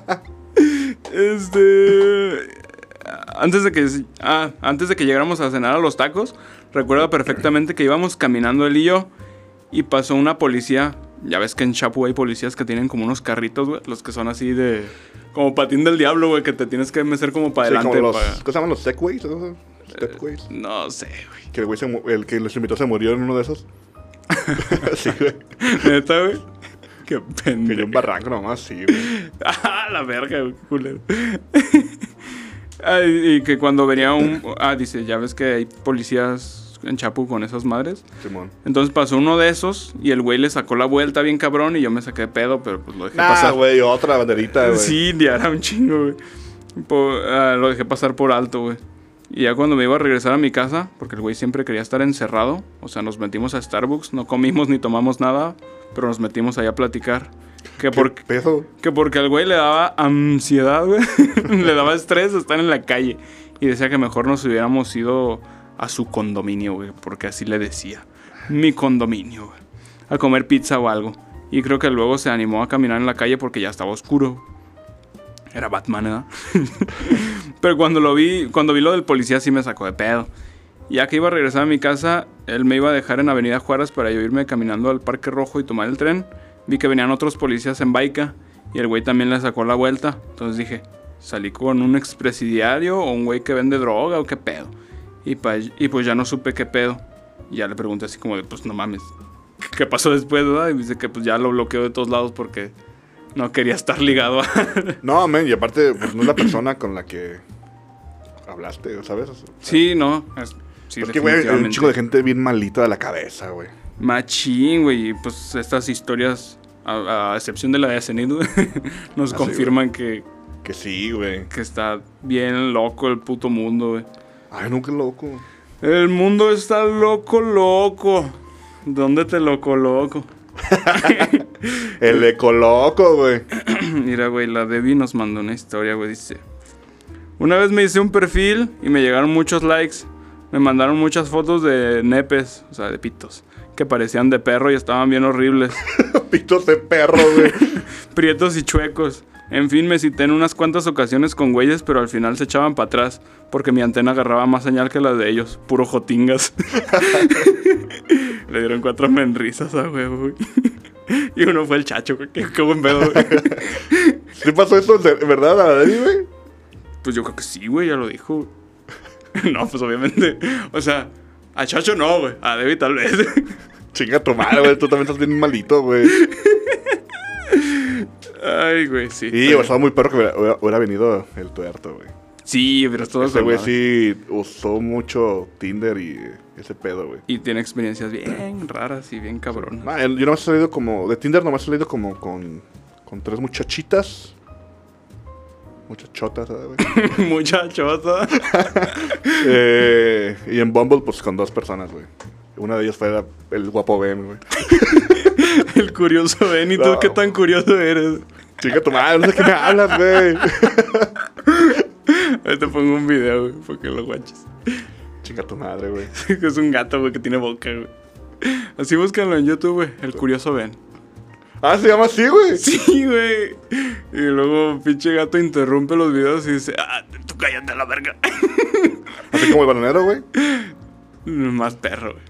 Este... Antes de que... Ah, antes de que llegáramos a cenar a los tacos, recuerdo perfectamente que íbamos caminando él y yo y pasó una policía. Ya ves que en Chapu hay policías que tienen como unos carritos, güey. Los que son así de... Como patín del diablo, güey. Que te tienes que mecer como para Sí, adelante. como los... para... ¿Cómo se llaman los Segways? ¿No? Stepways. No sé, güey. Que el güey se mu- el que los invitó se murió en uno de esos. Sí, güey. ¿Neta, güey? Qué Que yo pendejo. un barranco nomás, sí, güey. Ah, la verga, güey, qué culero. Ay, y que cuando venía un... Ah, dice, ya ves que hay policías en Chapu con esas madres. Simón. Entonces pasó uno de esos y el güey le sacó la vuelta bien cabrón y yo me saqué de pedo, pero pues lo dejé Nah, pasar. güey, otra banderita, güey. Sí, ya era un chingo, güey. Po- ah, lo dejé pasar por alto, güey. Y ya cuando me iba a regresar a mi casa, porque el güey siempre quería estar encerrado, o sea, nos metimos a Starbucks, no comimos ni tomamos nada, pero nos metimos ahí a platicar. Que, ¿Qué por, peso? que porque al güey le daba ansiedad, güey. Le daba estrés estar en la calle. Y decía que mejor nos hubiéramos ido a su condominio, güey, porque así le decía. Mi condominio, güey. A comer pizza o algo. Y creo que luego se animó a caminar en la calle porque ya estaba oscuro. Era Batman, ¿verdad? Pero cuando lo vi, cuando vi lo del policía sí me sacó de pedo. Ya que iba a regresar a mi casa, él me iba a dejar en Avenida Juárez para yo irme caminando al Parque Rojo y tomar el tren. Vi que venían otros policías en baica y el güey también le sacó la vuelta. Entonces dije, ¿salí con un expresidiario o un güey que vende droga o qué pedo? Y, pa- y pues ya no supe qué pedo. Y ya le pregunté así como de, pues no mames, ¿qué pasó después, verdad? Y dice que pues ya lo bloqueó de todos lados porque no quería estar ligado a... No, men, y aparte, pues no es la persona con la que hablaste, ¿sabes? O sea, Sí, no. Es, sí, es que, güey, hay un definitivamente. chico de gente bien malita de la cabeza, güey. Machín, güey. Y pues estas historias, a, a excepción de la de Zenit, güey, nos Ah, sí, confirman que, Que sí, güey. que está bien loco el puto mundo, güey. Ay, nunca loco. El mundo está loco, loco. ¿Dónde te lo coloco? El ecoloco, güey. Mira, güey, la Debbie nos mandó una historia, güey. Dice: una vez me hice un perfil y me llegaron muchos likes. Me mandaron muchas fotos de nepes, o sea, de pitos, que parecían de perro y estaban bien horribles. Pitos de perro, güey. Prietos y chuecos. En fin, me cité en unas cuantas ocasiones con güeyes, pero al final se echaban para atrás porque mi antena agarraba más señal que la de ellos. Puro jotingas. Le dieron cuatro menrisas a huevo, güey. Y uno fue el Chacho, güey. Qué, qué buen pedo, güey. ¿Sí pasó eso de verdad a Debbie, güey? Pues yo creo que sí, güey, ya lo dijo. No, pues obviamente. O sea, a Chacho no, güey. A Debbie tal vez. Chinga tu madre, güey. Tú también estás bien malito, güey. Ay, güey, sí. Y Pero- estaba muy perro que hubiera, hubiera- hubiera venido el tuerto, güey. Sí, pero todo Ese güey con- sí usó mucho Tinder y ese pedo, güey. Y tiene experiencias bien raras y bien cabronas. Ah, el- yo nomás he salido como... De Tinder nomás he salido como con... Con tres muchachitas. Muchachotas, ¿sabes, güey? Muchachota. eh, y en Bumble, pues con dos personas, güey. Una de ellas fue la- el guapo Ben, güey. El curioso Ben. ¿Y tú No. qué tan curioso eres? Chica tu madre, no sé qué me hablas, güey. Ahí te pongo un video, güey, para que lo guaches. Chica tu madre, güey. Es un gato, güey, que tiene boca, güey. Así búscanlo en YouTube, güey. El curioso Ben. Ah, se llama así, güey. Sí, güey. Y luego pinche gato interrumpe los videos y dice, ah, tú cállate a la verga. Así como el bananero, güey. Más perro, güey.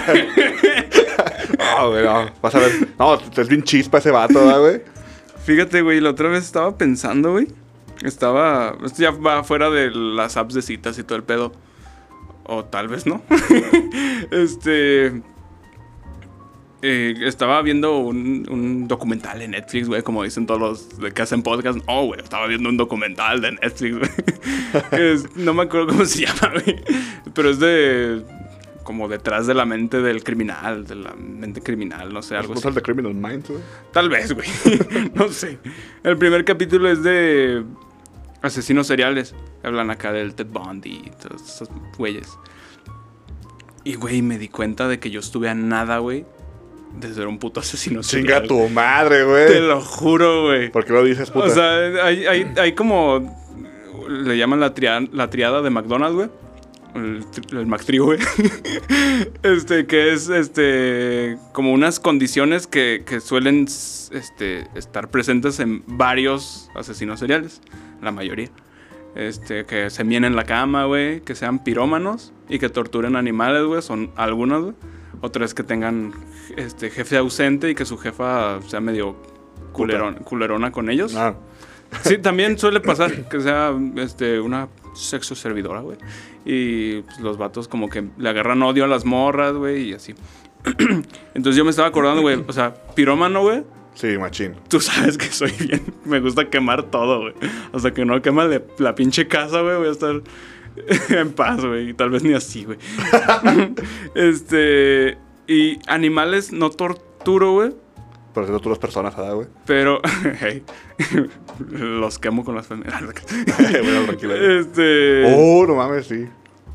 Ah, güey, no. Vas a ver. No, es bien chispa ese vato, ¿verdad, güey? Fíjate, güey, la otra vez estaba pensando, güey. Estaba... Esto ya va fuera de las apps de citas y todo el pedo. O tal vez no. este... Eh, estaba viendo un, un documental de Netflix, güey, como dicen todos los de que hacen podcast. No, güey, estaba viendo un documental de Netflix, güey. Es- no me acuerdo cómo se llama, güey. Pero es de... como detrás de la mente del criminal, de la mente criminal, no sé, algo ¿No así. es el de Criminal Minds, güey? Tal vez, güey. No sé. El primer capítulo es de asesinos seriales. Hablan acá del Ted Bundy y todos esos güeyes. Y, güey, me di cuenta de que yo estuve a nada, güey, de ser un puto asesino Chinga serial. tu madre, Te güey. lo juro, güey. ¿Por qué lo dices, puta? O sea, hay, hay, hay como... Le llaman la, tria- la triada de McDonald's, güey. El, tri- el McTrio, güey. Este, que es, este... como unas condiciones que, que suelen, este, estar presentes en varios asesinos seriales. La mayoría. Este, que se mien en la cama, güey. Que sean pirómanos y que torturen animales, güey. Son algunos, güey. Otras que tengan, este, jefe ausente y que su jefa sea medio culerón- culerona con ellos. Ah, Sí, también suele pasar que sea, este, una sexo servidora, güey. Y pues, los vatos como que le agarran odio a las morras, güey, y así. Entonces yo me estaba acordando, güey, o sea, pirómano, güey. sí, machín. Tú sabes que soy bien, me gusta quemar todo, güey. O sea, que no quema la, la pinche casa, güey, voy a estar en paz, güey. Y tal vez ni así, güey. Este, y animales no torturo, güey. Pero si no tú las personas, ¿verdad, güey? Pero, hey, los quemo con las femeninas. Bueno, tranquilo. Este, Oh, no mames, sí.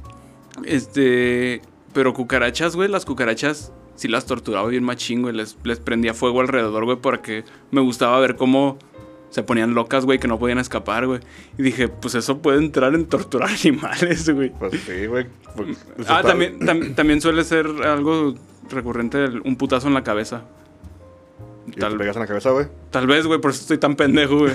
este, pero cucarachas, güey, las cucarachas sí las torturaba bien machín, güey. Les, les prendía fuego alrededor, güey, porque me gustaba ver cómo se ponían locas, güey, que no podían escapar, güey. Y dije, pues eso puede entrar en torturar animales, güey. Pues sí, güey. Pues, eso Ah, está- también, tam- también suele ser algo recurrente el- un putazo en la cabeza. ¿Y te Tal, pegas en la cabeza, güey? tal vez, güey, por eso estoy tan pendejo, güey.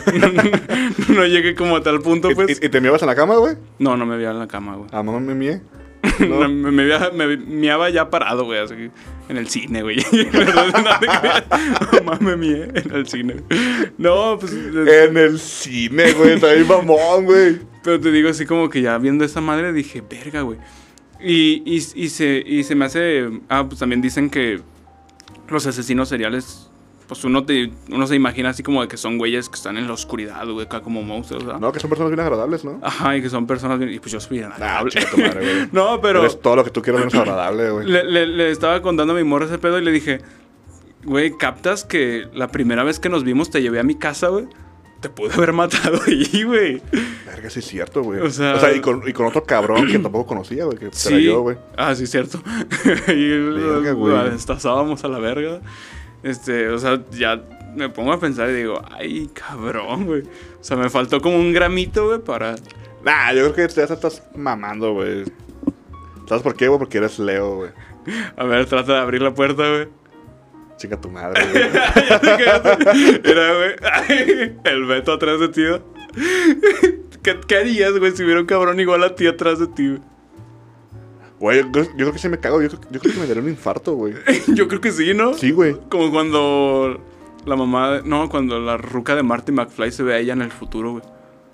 No llegué como a tal punto, ¿Y, pues. y- y te miabas en la cama, güey? No, no me veía en la cama, güey. Ah, mamá, me mié. Me, me, me, veía- me miaba ya parado, güey, así en el cine, güey. No te creas. Mamá, me mié en el cine. No, pues. En el cine, güey. Está ahí mamón, güey. Pero te digo así como que ya viendo esa madre dije, verga, güey. Y, y, y, se, y se me hace... Ah, pues también dicen que los asesinos seriales... Pues uno, te, uno se imagina así como de que son güeyes que están en la oscuridad, güey, acá como monstruos, ¿verdad? No, que son personas bien agradables, ¿no? Ajá, y que son personas bien... Y pues yo soy bien Ah, agradable. chinga tu madre, güey. No, pero... Eres todo lo que tú quieras menos agradable, güey. Le, le- le estaba contando a mi morra ese pedo y le dije, güey, ¿captas que la primera vez que nos vimos te llevé a mi casa, güey? Te pude haber matado ahí, güey. Verga, sí es cierto, güey. O sea- y, con, y con otro cabrón que tampoco conocía, güey. Que Sí. era yo, güey. Ah, sí, cierto. Y Verga, güey. la destazábamos a la verga. Este, o sea, ya me pongo a pensar y digo, ay, cabrón, güey. O sea, me faltó como un gramito, güey, para... Nah, yo creo que ya te estás mamando, güey. ¿Sabes por qué, güey? Porque eres Leo, güey. A ver, trata de abrir la puerta, güey. Chinga tu madre, güey. Ya te quedaste. Mira, güey. Ay, el Beto atrás de ti, ¿no? ¿Qué, ¿Qué harías, güey, si hubiera un cabrón igual a ti atrás de ti, güey? Güey, yo, creo- yo creo que sí me cago. Yo, creo- yo creo que me daría un infarto, güey. Yo creo que sí, ¿no? Sí, güey. Como cuando la mamá... de- No, cuando la ruca de Marty McFly se ve a ella en el futuro, güey.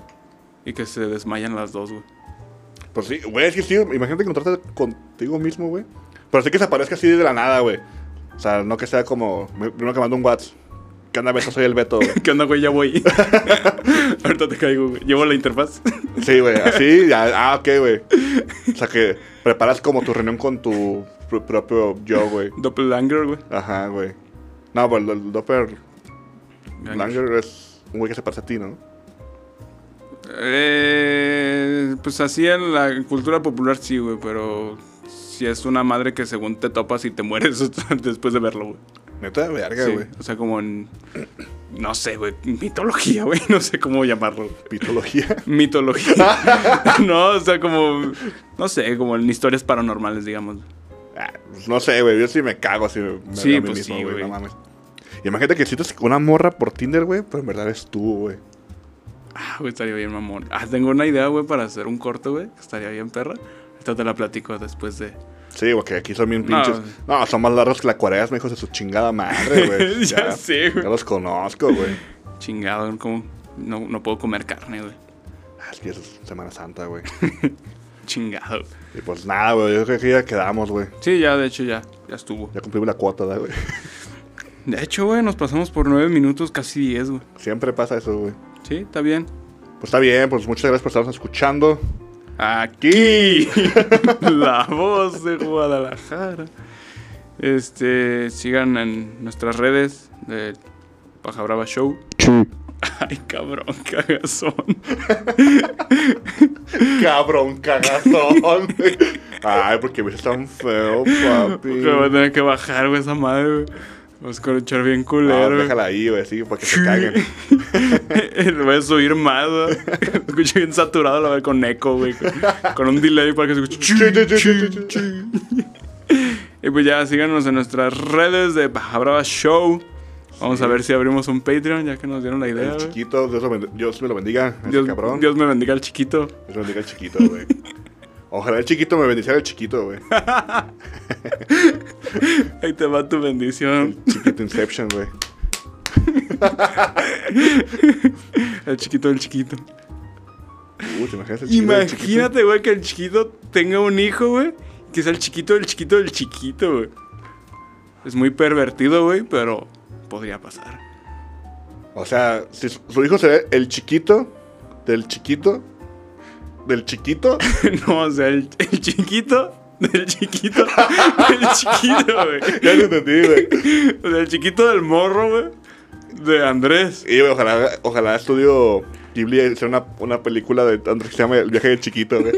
Y que se desmayan las dos, güey. Pues sí, güey, es que sí. Imagínate encontrarte contigo mismo, güey. Pero sí que se aparezca así de la nada, güey. O sea, no que sea como... Primero que mando un WhatsApp. ¿Qué onda, Beto? Soy el Beto, güey. ¿Qué onda, güey? Ya voy. Ahorita te caigo, güey. Llevo la interfaz. Sí, güey, así, ya, ah, ok, güey. O sea, que preparas como tu reunión con tu pr- propio yo, güey. Doppelganger, güey. Ajá, güey. No, pues el, el Doppelganger es un güey que se parece a ti, ¿no? Eh, pues así en la cultura popular sí, güey. Pero si es una madre que según te topas y te mueres después de verlo, güey. Neta, verga, Sí, güey. o sea, como en... No sé, güey. Mitología, güey. No sé cómo llamarlo. Pitología. Mitología. No, o sea, como... No sé, como en historias paranormales, digamos. Ah, pues no sé, güey. Yo sí me cago así. Me Sí, a mí pues mismo, sí, güey. No mames. Imagínate que sientes una morra por Tinder, güey, pero en verdad es tú, güey. Ah, güey, estaría bien, mamón. Ah, tengo una idea, güey, para hacer un corto, güey. Que estaría bien, perra. Esta te la platico después de... Sí, porque aquí son bien No. pinches. No, son más largos que la cuaresma, hijos de su chingada madre, güey. Ya sé, güey. Ya los conozco, güey. Chingado, como... No, no puedo comer carne, güey. Ah, es que es Semana Santa, güey. Chingado. Y pues nada, güey, yo creo que ya quedamos, güey. Sí, ya, de hecho, ya. Ya estuvo. Ya cumplimos la cuota, ¿da, güey? De hecho, güey, nos pasamos por nueve minutos, casi diez, güey. Siempre pasa eso, güey. Sí, está bien. Pues está bien, pues muchas gracias por estarnos escuchando. Aquí, la voz de Guadalajara. Este, sigan en nuestras redes de Paja Brava Show. Ay, cabrón, cagazón. Cabrón, cagazón. Ay, porque me tan feo, papi. Que voy a tener que bajar, güey, esa madre, güey. Vamos a escuchar bien culero. No, güey. déjala ahí, güey, sí, para que se caguen. Le voy a subir más, güey. Escucho bien saturado, la verdad, con eco, güey. Con, con un delay para que se escuche. Y pues ya, síganos en nuestras redes de Paja Brava Show. Vamos Sí. a ver si abrimos un Patreon, ya que nos dieron la idea, El güey. chiquito, Dios, lo bend- Dios me lo bendiga, ese Dios, cabrón. Dios me bendiga al chiquito. Dios me bendiga el chiquito, güey. Ojalá el chiquito me bendiciera el chiquito, güey. Ahí te va tu bendición. Chiquito Inception, güey. El chiquito del chiquito. Uh, ¿te imaginas el chiquito del chiquito? Imagínate, güey, que el chiquito tenga un hijo, güey. Que sea el chiquito del chiquito del chiquito, güey. Es muy pervertido, güey, pero podría pasar. O sea, si su, su hijo sería el chiquito del chiquito del chiquito. No, o sea, el, el chiquito del chiquito del chiquito, güey. Ya lo entendí, güey. O sea, el chiquito del morro, güey. De Andrés. Y güey, ojalá, ojalá Estudio Ghibli hiciera una, una película de Andrés que se llama El viaje del chiquito, güey.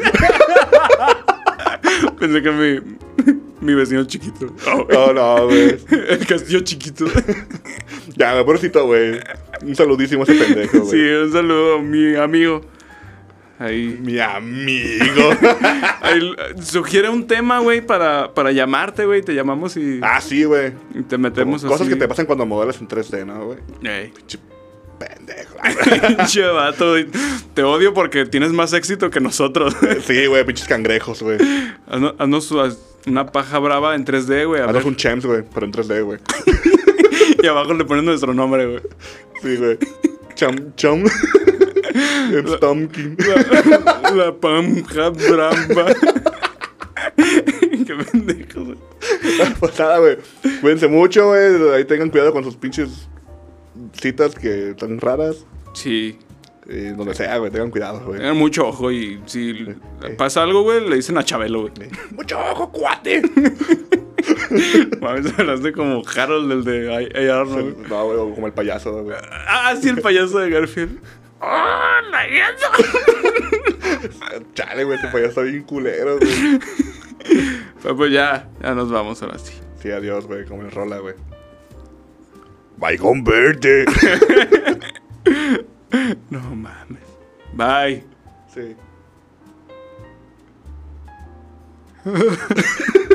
Pensé que mi, mi vecino chiquito. No, güey. No, no, güey. El castillo chiquito. Ya, güey, pobrecito, güey. Un saludísimo a ese pendejo, güey. Sí, un saludo a mi amigo. Ahí. Mi amigo. Ahí, sugiere un tema, güey, para, para llamarte, güey. Te llamamos y, Ah, sí, güey. y te metemos Cosas así. que te pasan cuando modelas en tres D, ¿no, güey? Ey. Pinche pendejo. Pinche vato, güey. Te odio porque tienes más éxito que nosotros. Sí, güey, pinches cangrejos, güey. Haznos, haznos su- una paja brava en tres D, güey. A Haznos ver. un Champs, güey, pero en tres D, güey. Y abajo le ponen nuestro nombre, güey. Sí, güey. Cham, cham. En Stomkin. La, la paja brava. Qué pendejo, güey. Pues nada, güey. Cuídense mucho, güey. Ahí tengan cuidado con sus pinches citas que están raras. Sí. Eh, donde sea, güey. Tengan cuidado, güey. Tengan mucho ojo y si pasa algo, güey, le dicen a Chabelo, güey. Mucho ojo, cuate. Mames, hablaste como Harold, el de A- Arnold. güey. No, güey, como el payaso, güey. Ah, sí, el payaso de Garfield. ¡Oh, Chale, güey, ese payaso está bien culero, güey. Pues, pues ya, ya nos vamos ahora sí. Sí, adiós, güey, como el rola, güey. Baigón verde. No mames. Bye. Sí.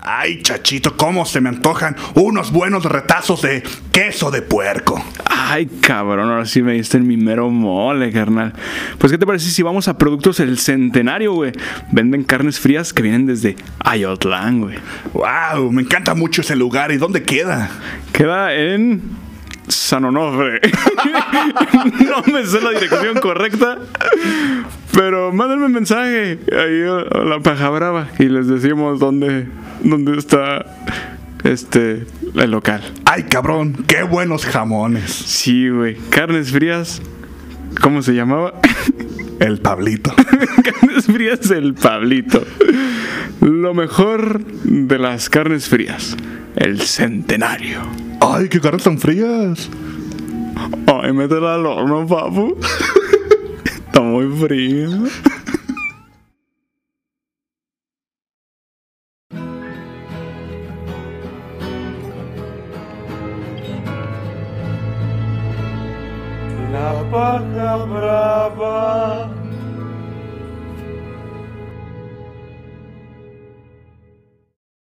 Ay, chachito, cómo se me antojan unos buenos retazos de queso de puerco. Ay, cabrón, ahora sí me diste en mi mero mole, carnal. Pues, ¿qué te parece si vamos a Productos El Centenario, güey? Venden carnes frías que vienen desde Ayotlán, güey. Wow, me encanta mucho ese lugar. ¿Y dónde queda? Queda en San Onofre. No me sé la dirección correcta, pero mándenme un mensaje ahí a la Paja Brava y les decimos dónde, dónde está este el local. Ay, cabrón, qué buenos jamones. Sí, güey, carnes frías. ¿Cómo se llamaba? El Pablito. Carnes frías El Pablito. Lo mejor de las carnes frías, El Centenario. Ay, qué carnes tan frías. Ay, métela al horno, papu. Está muy frío.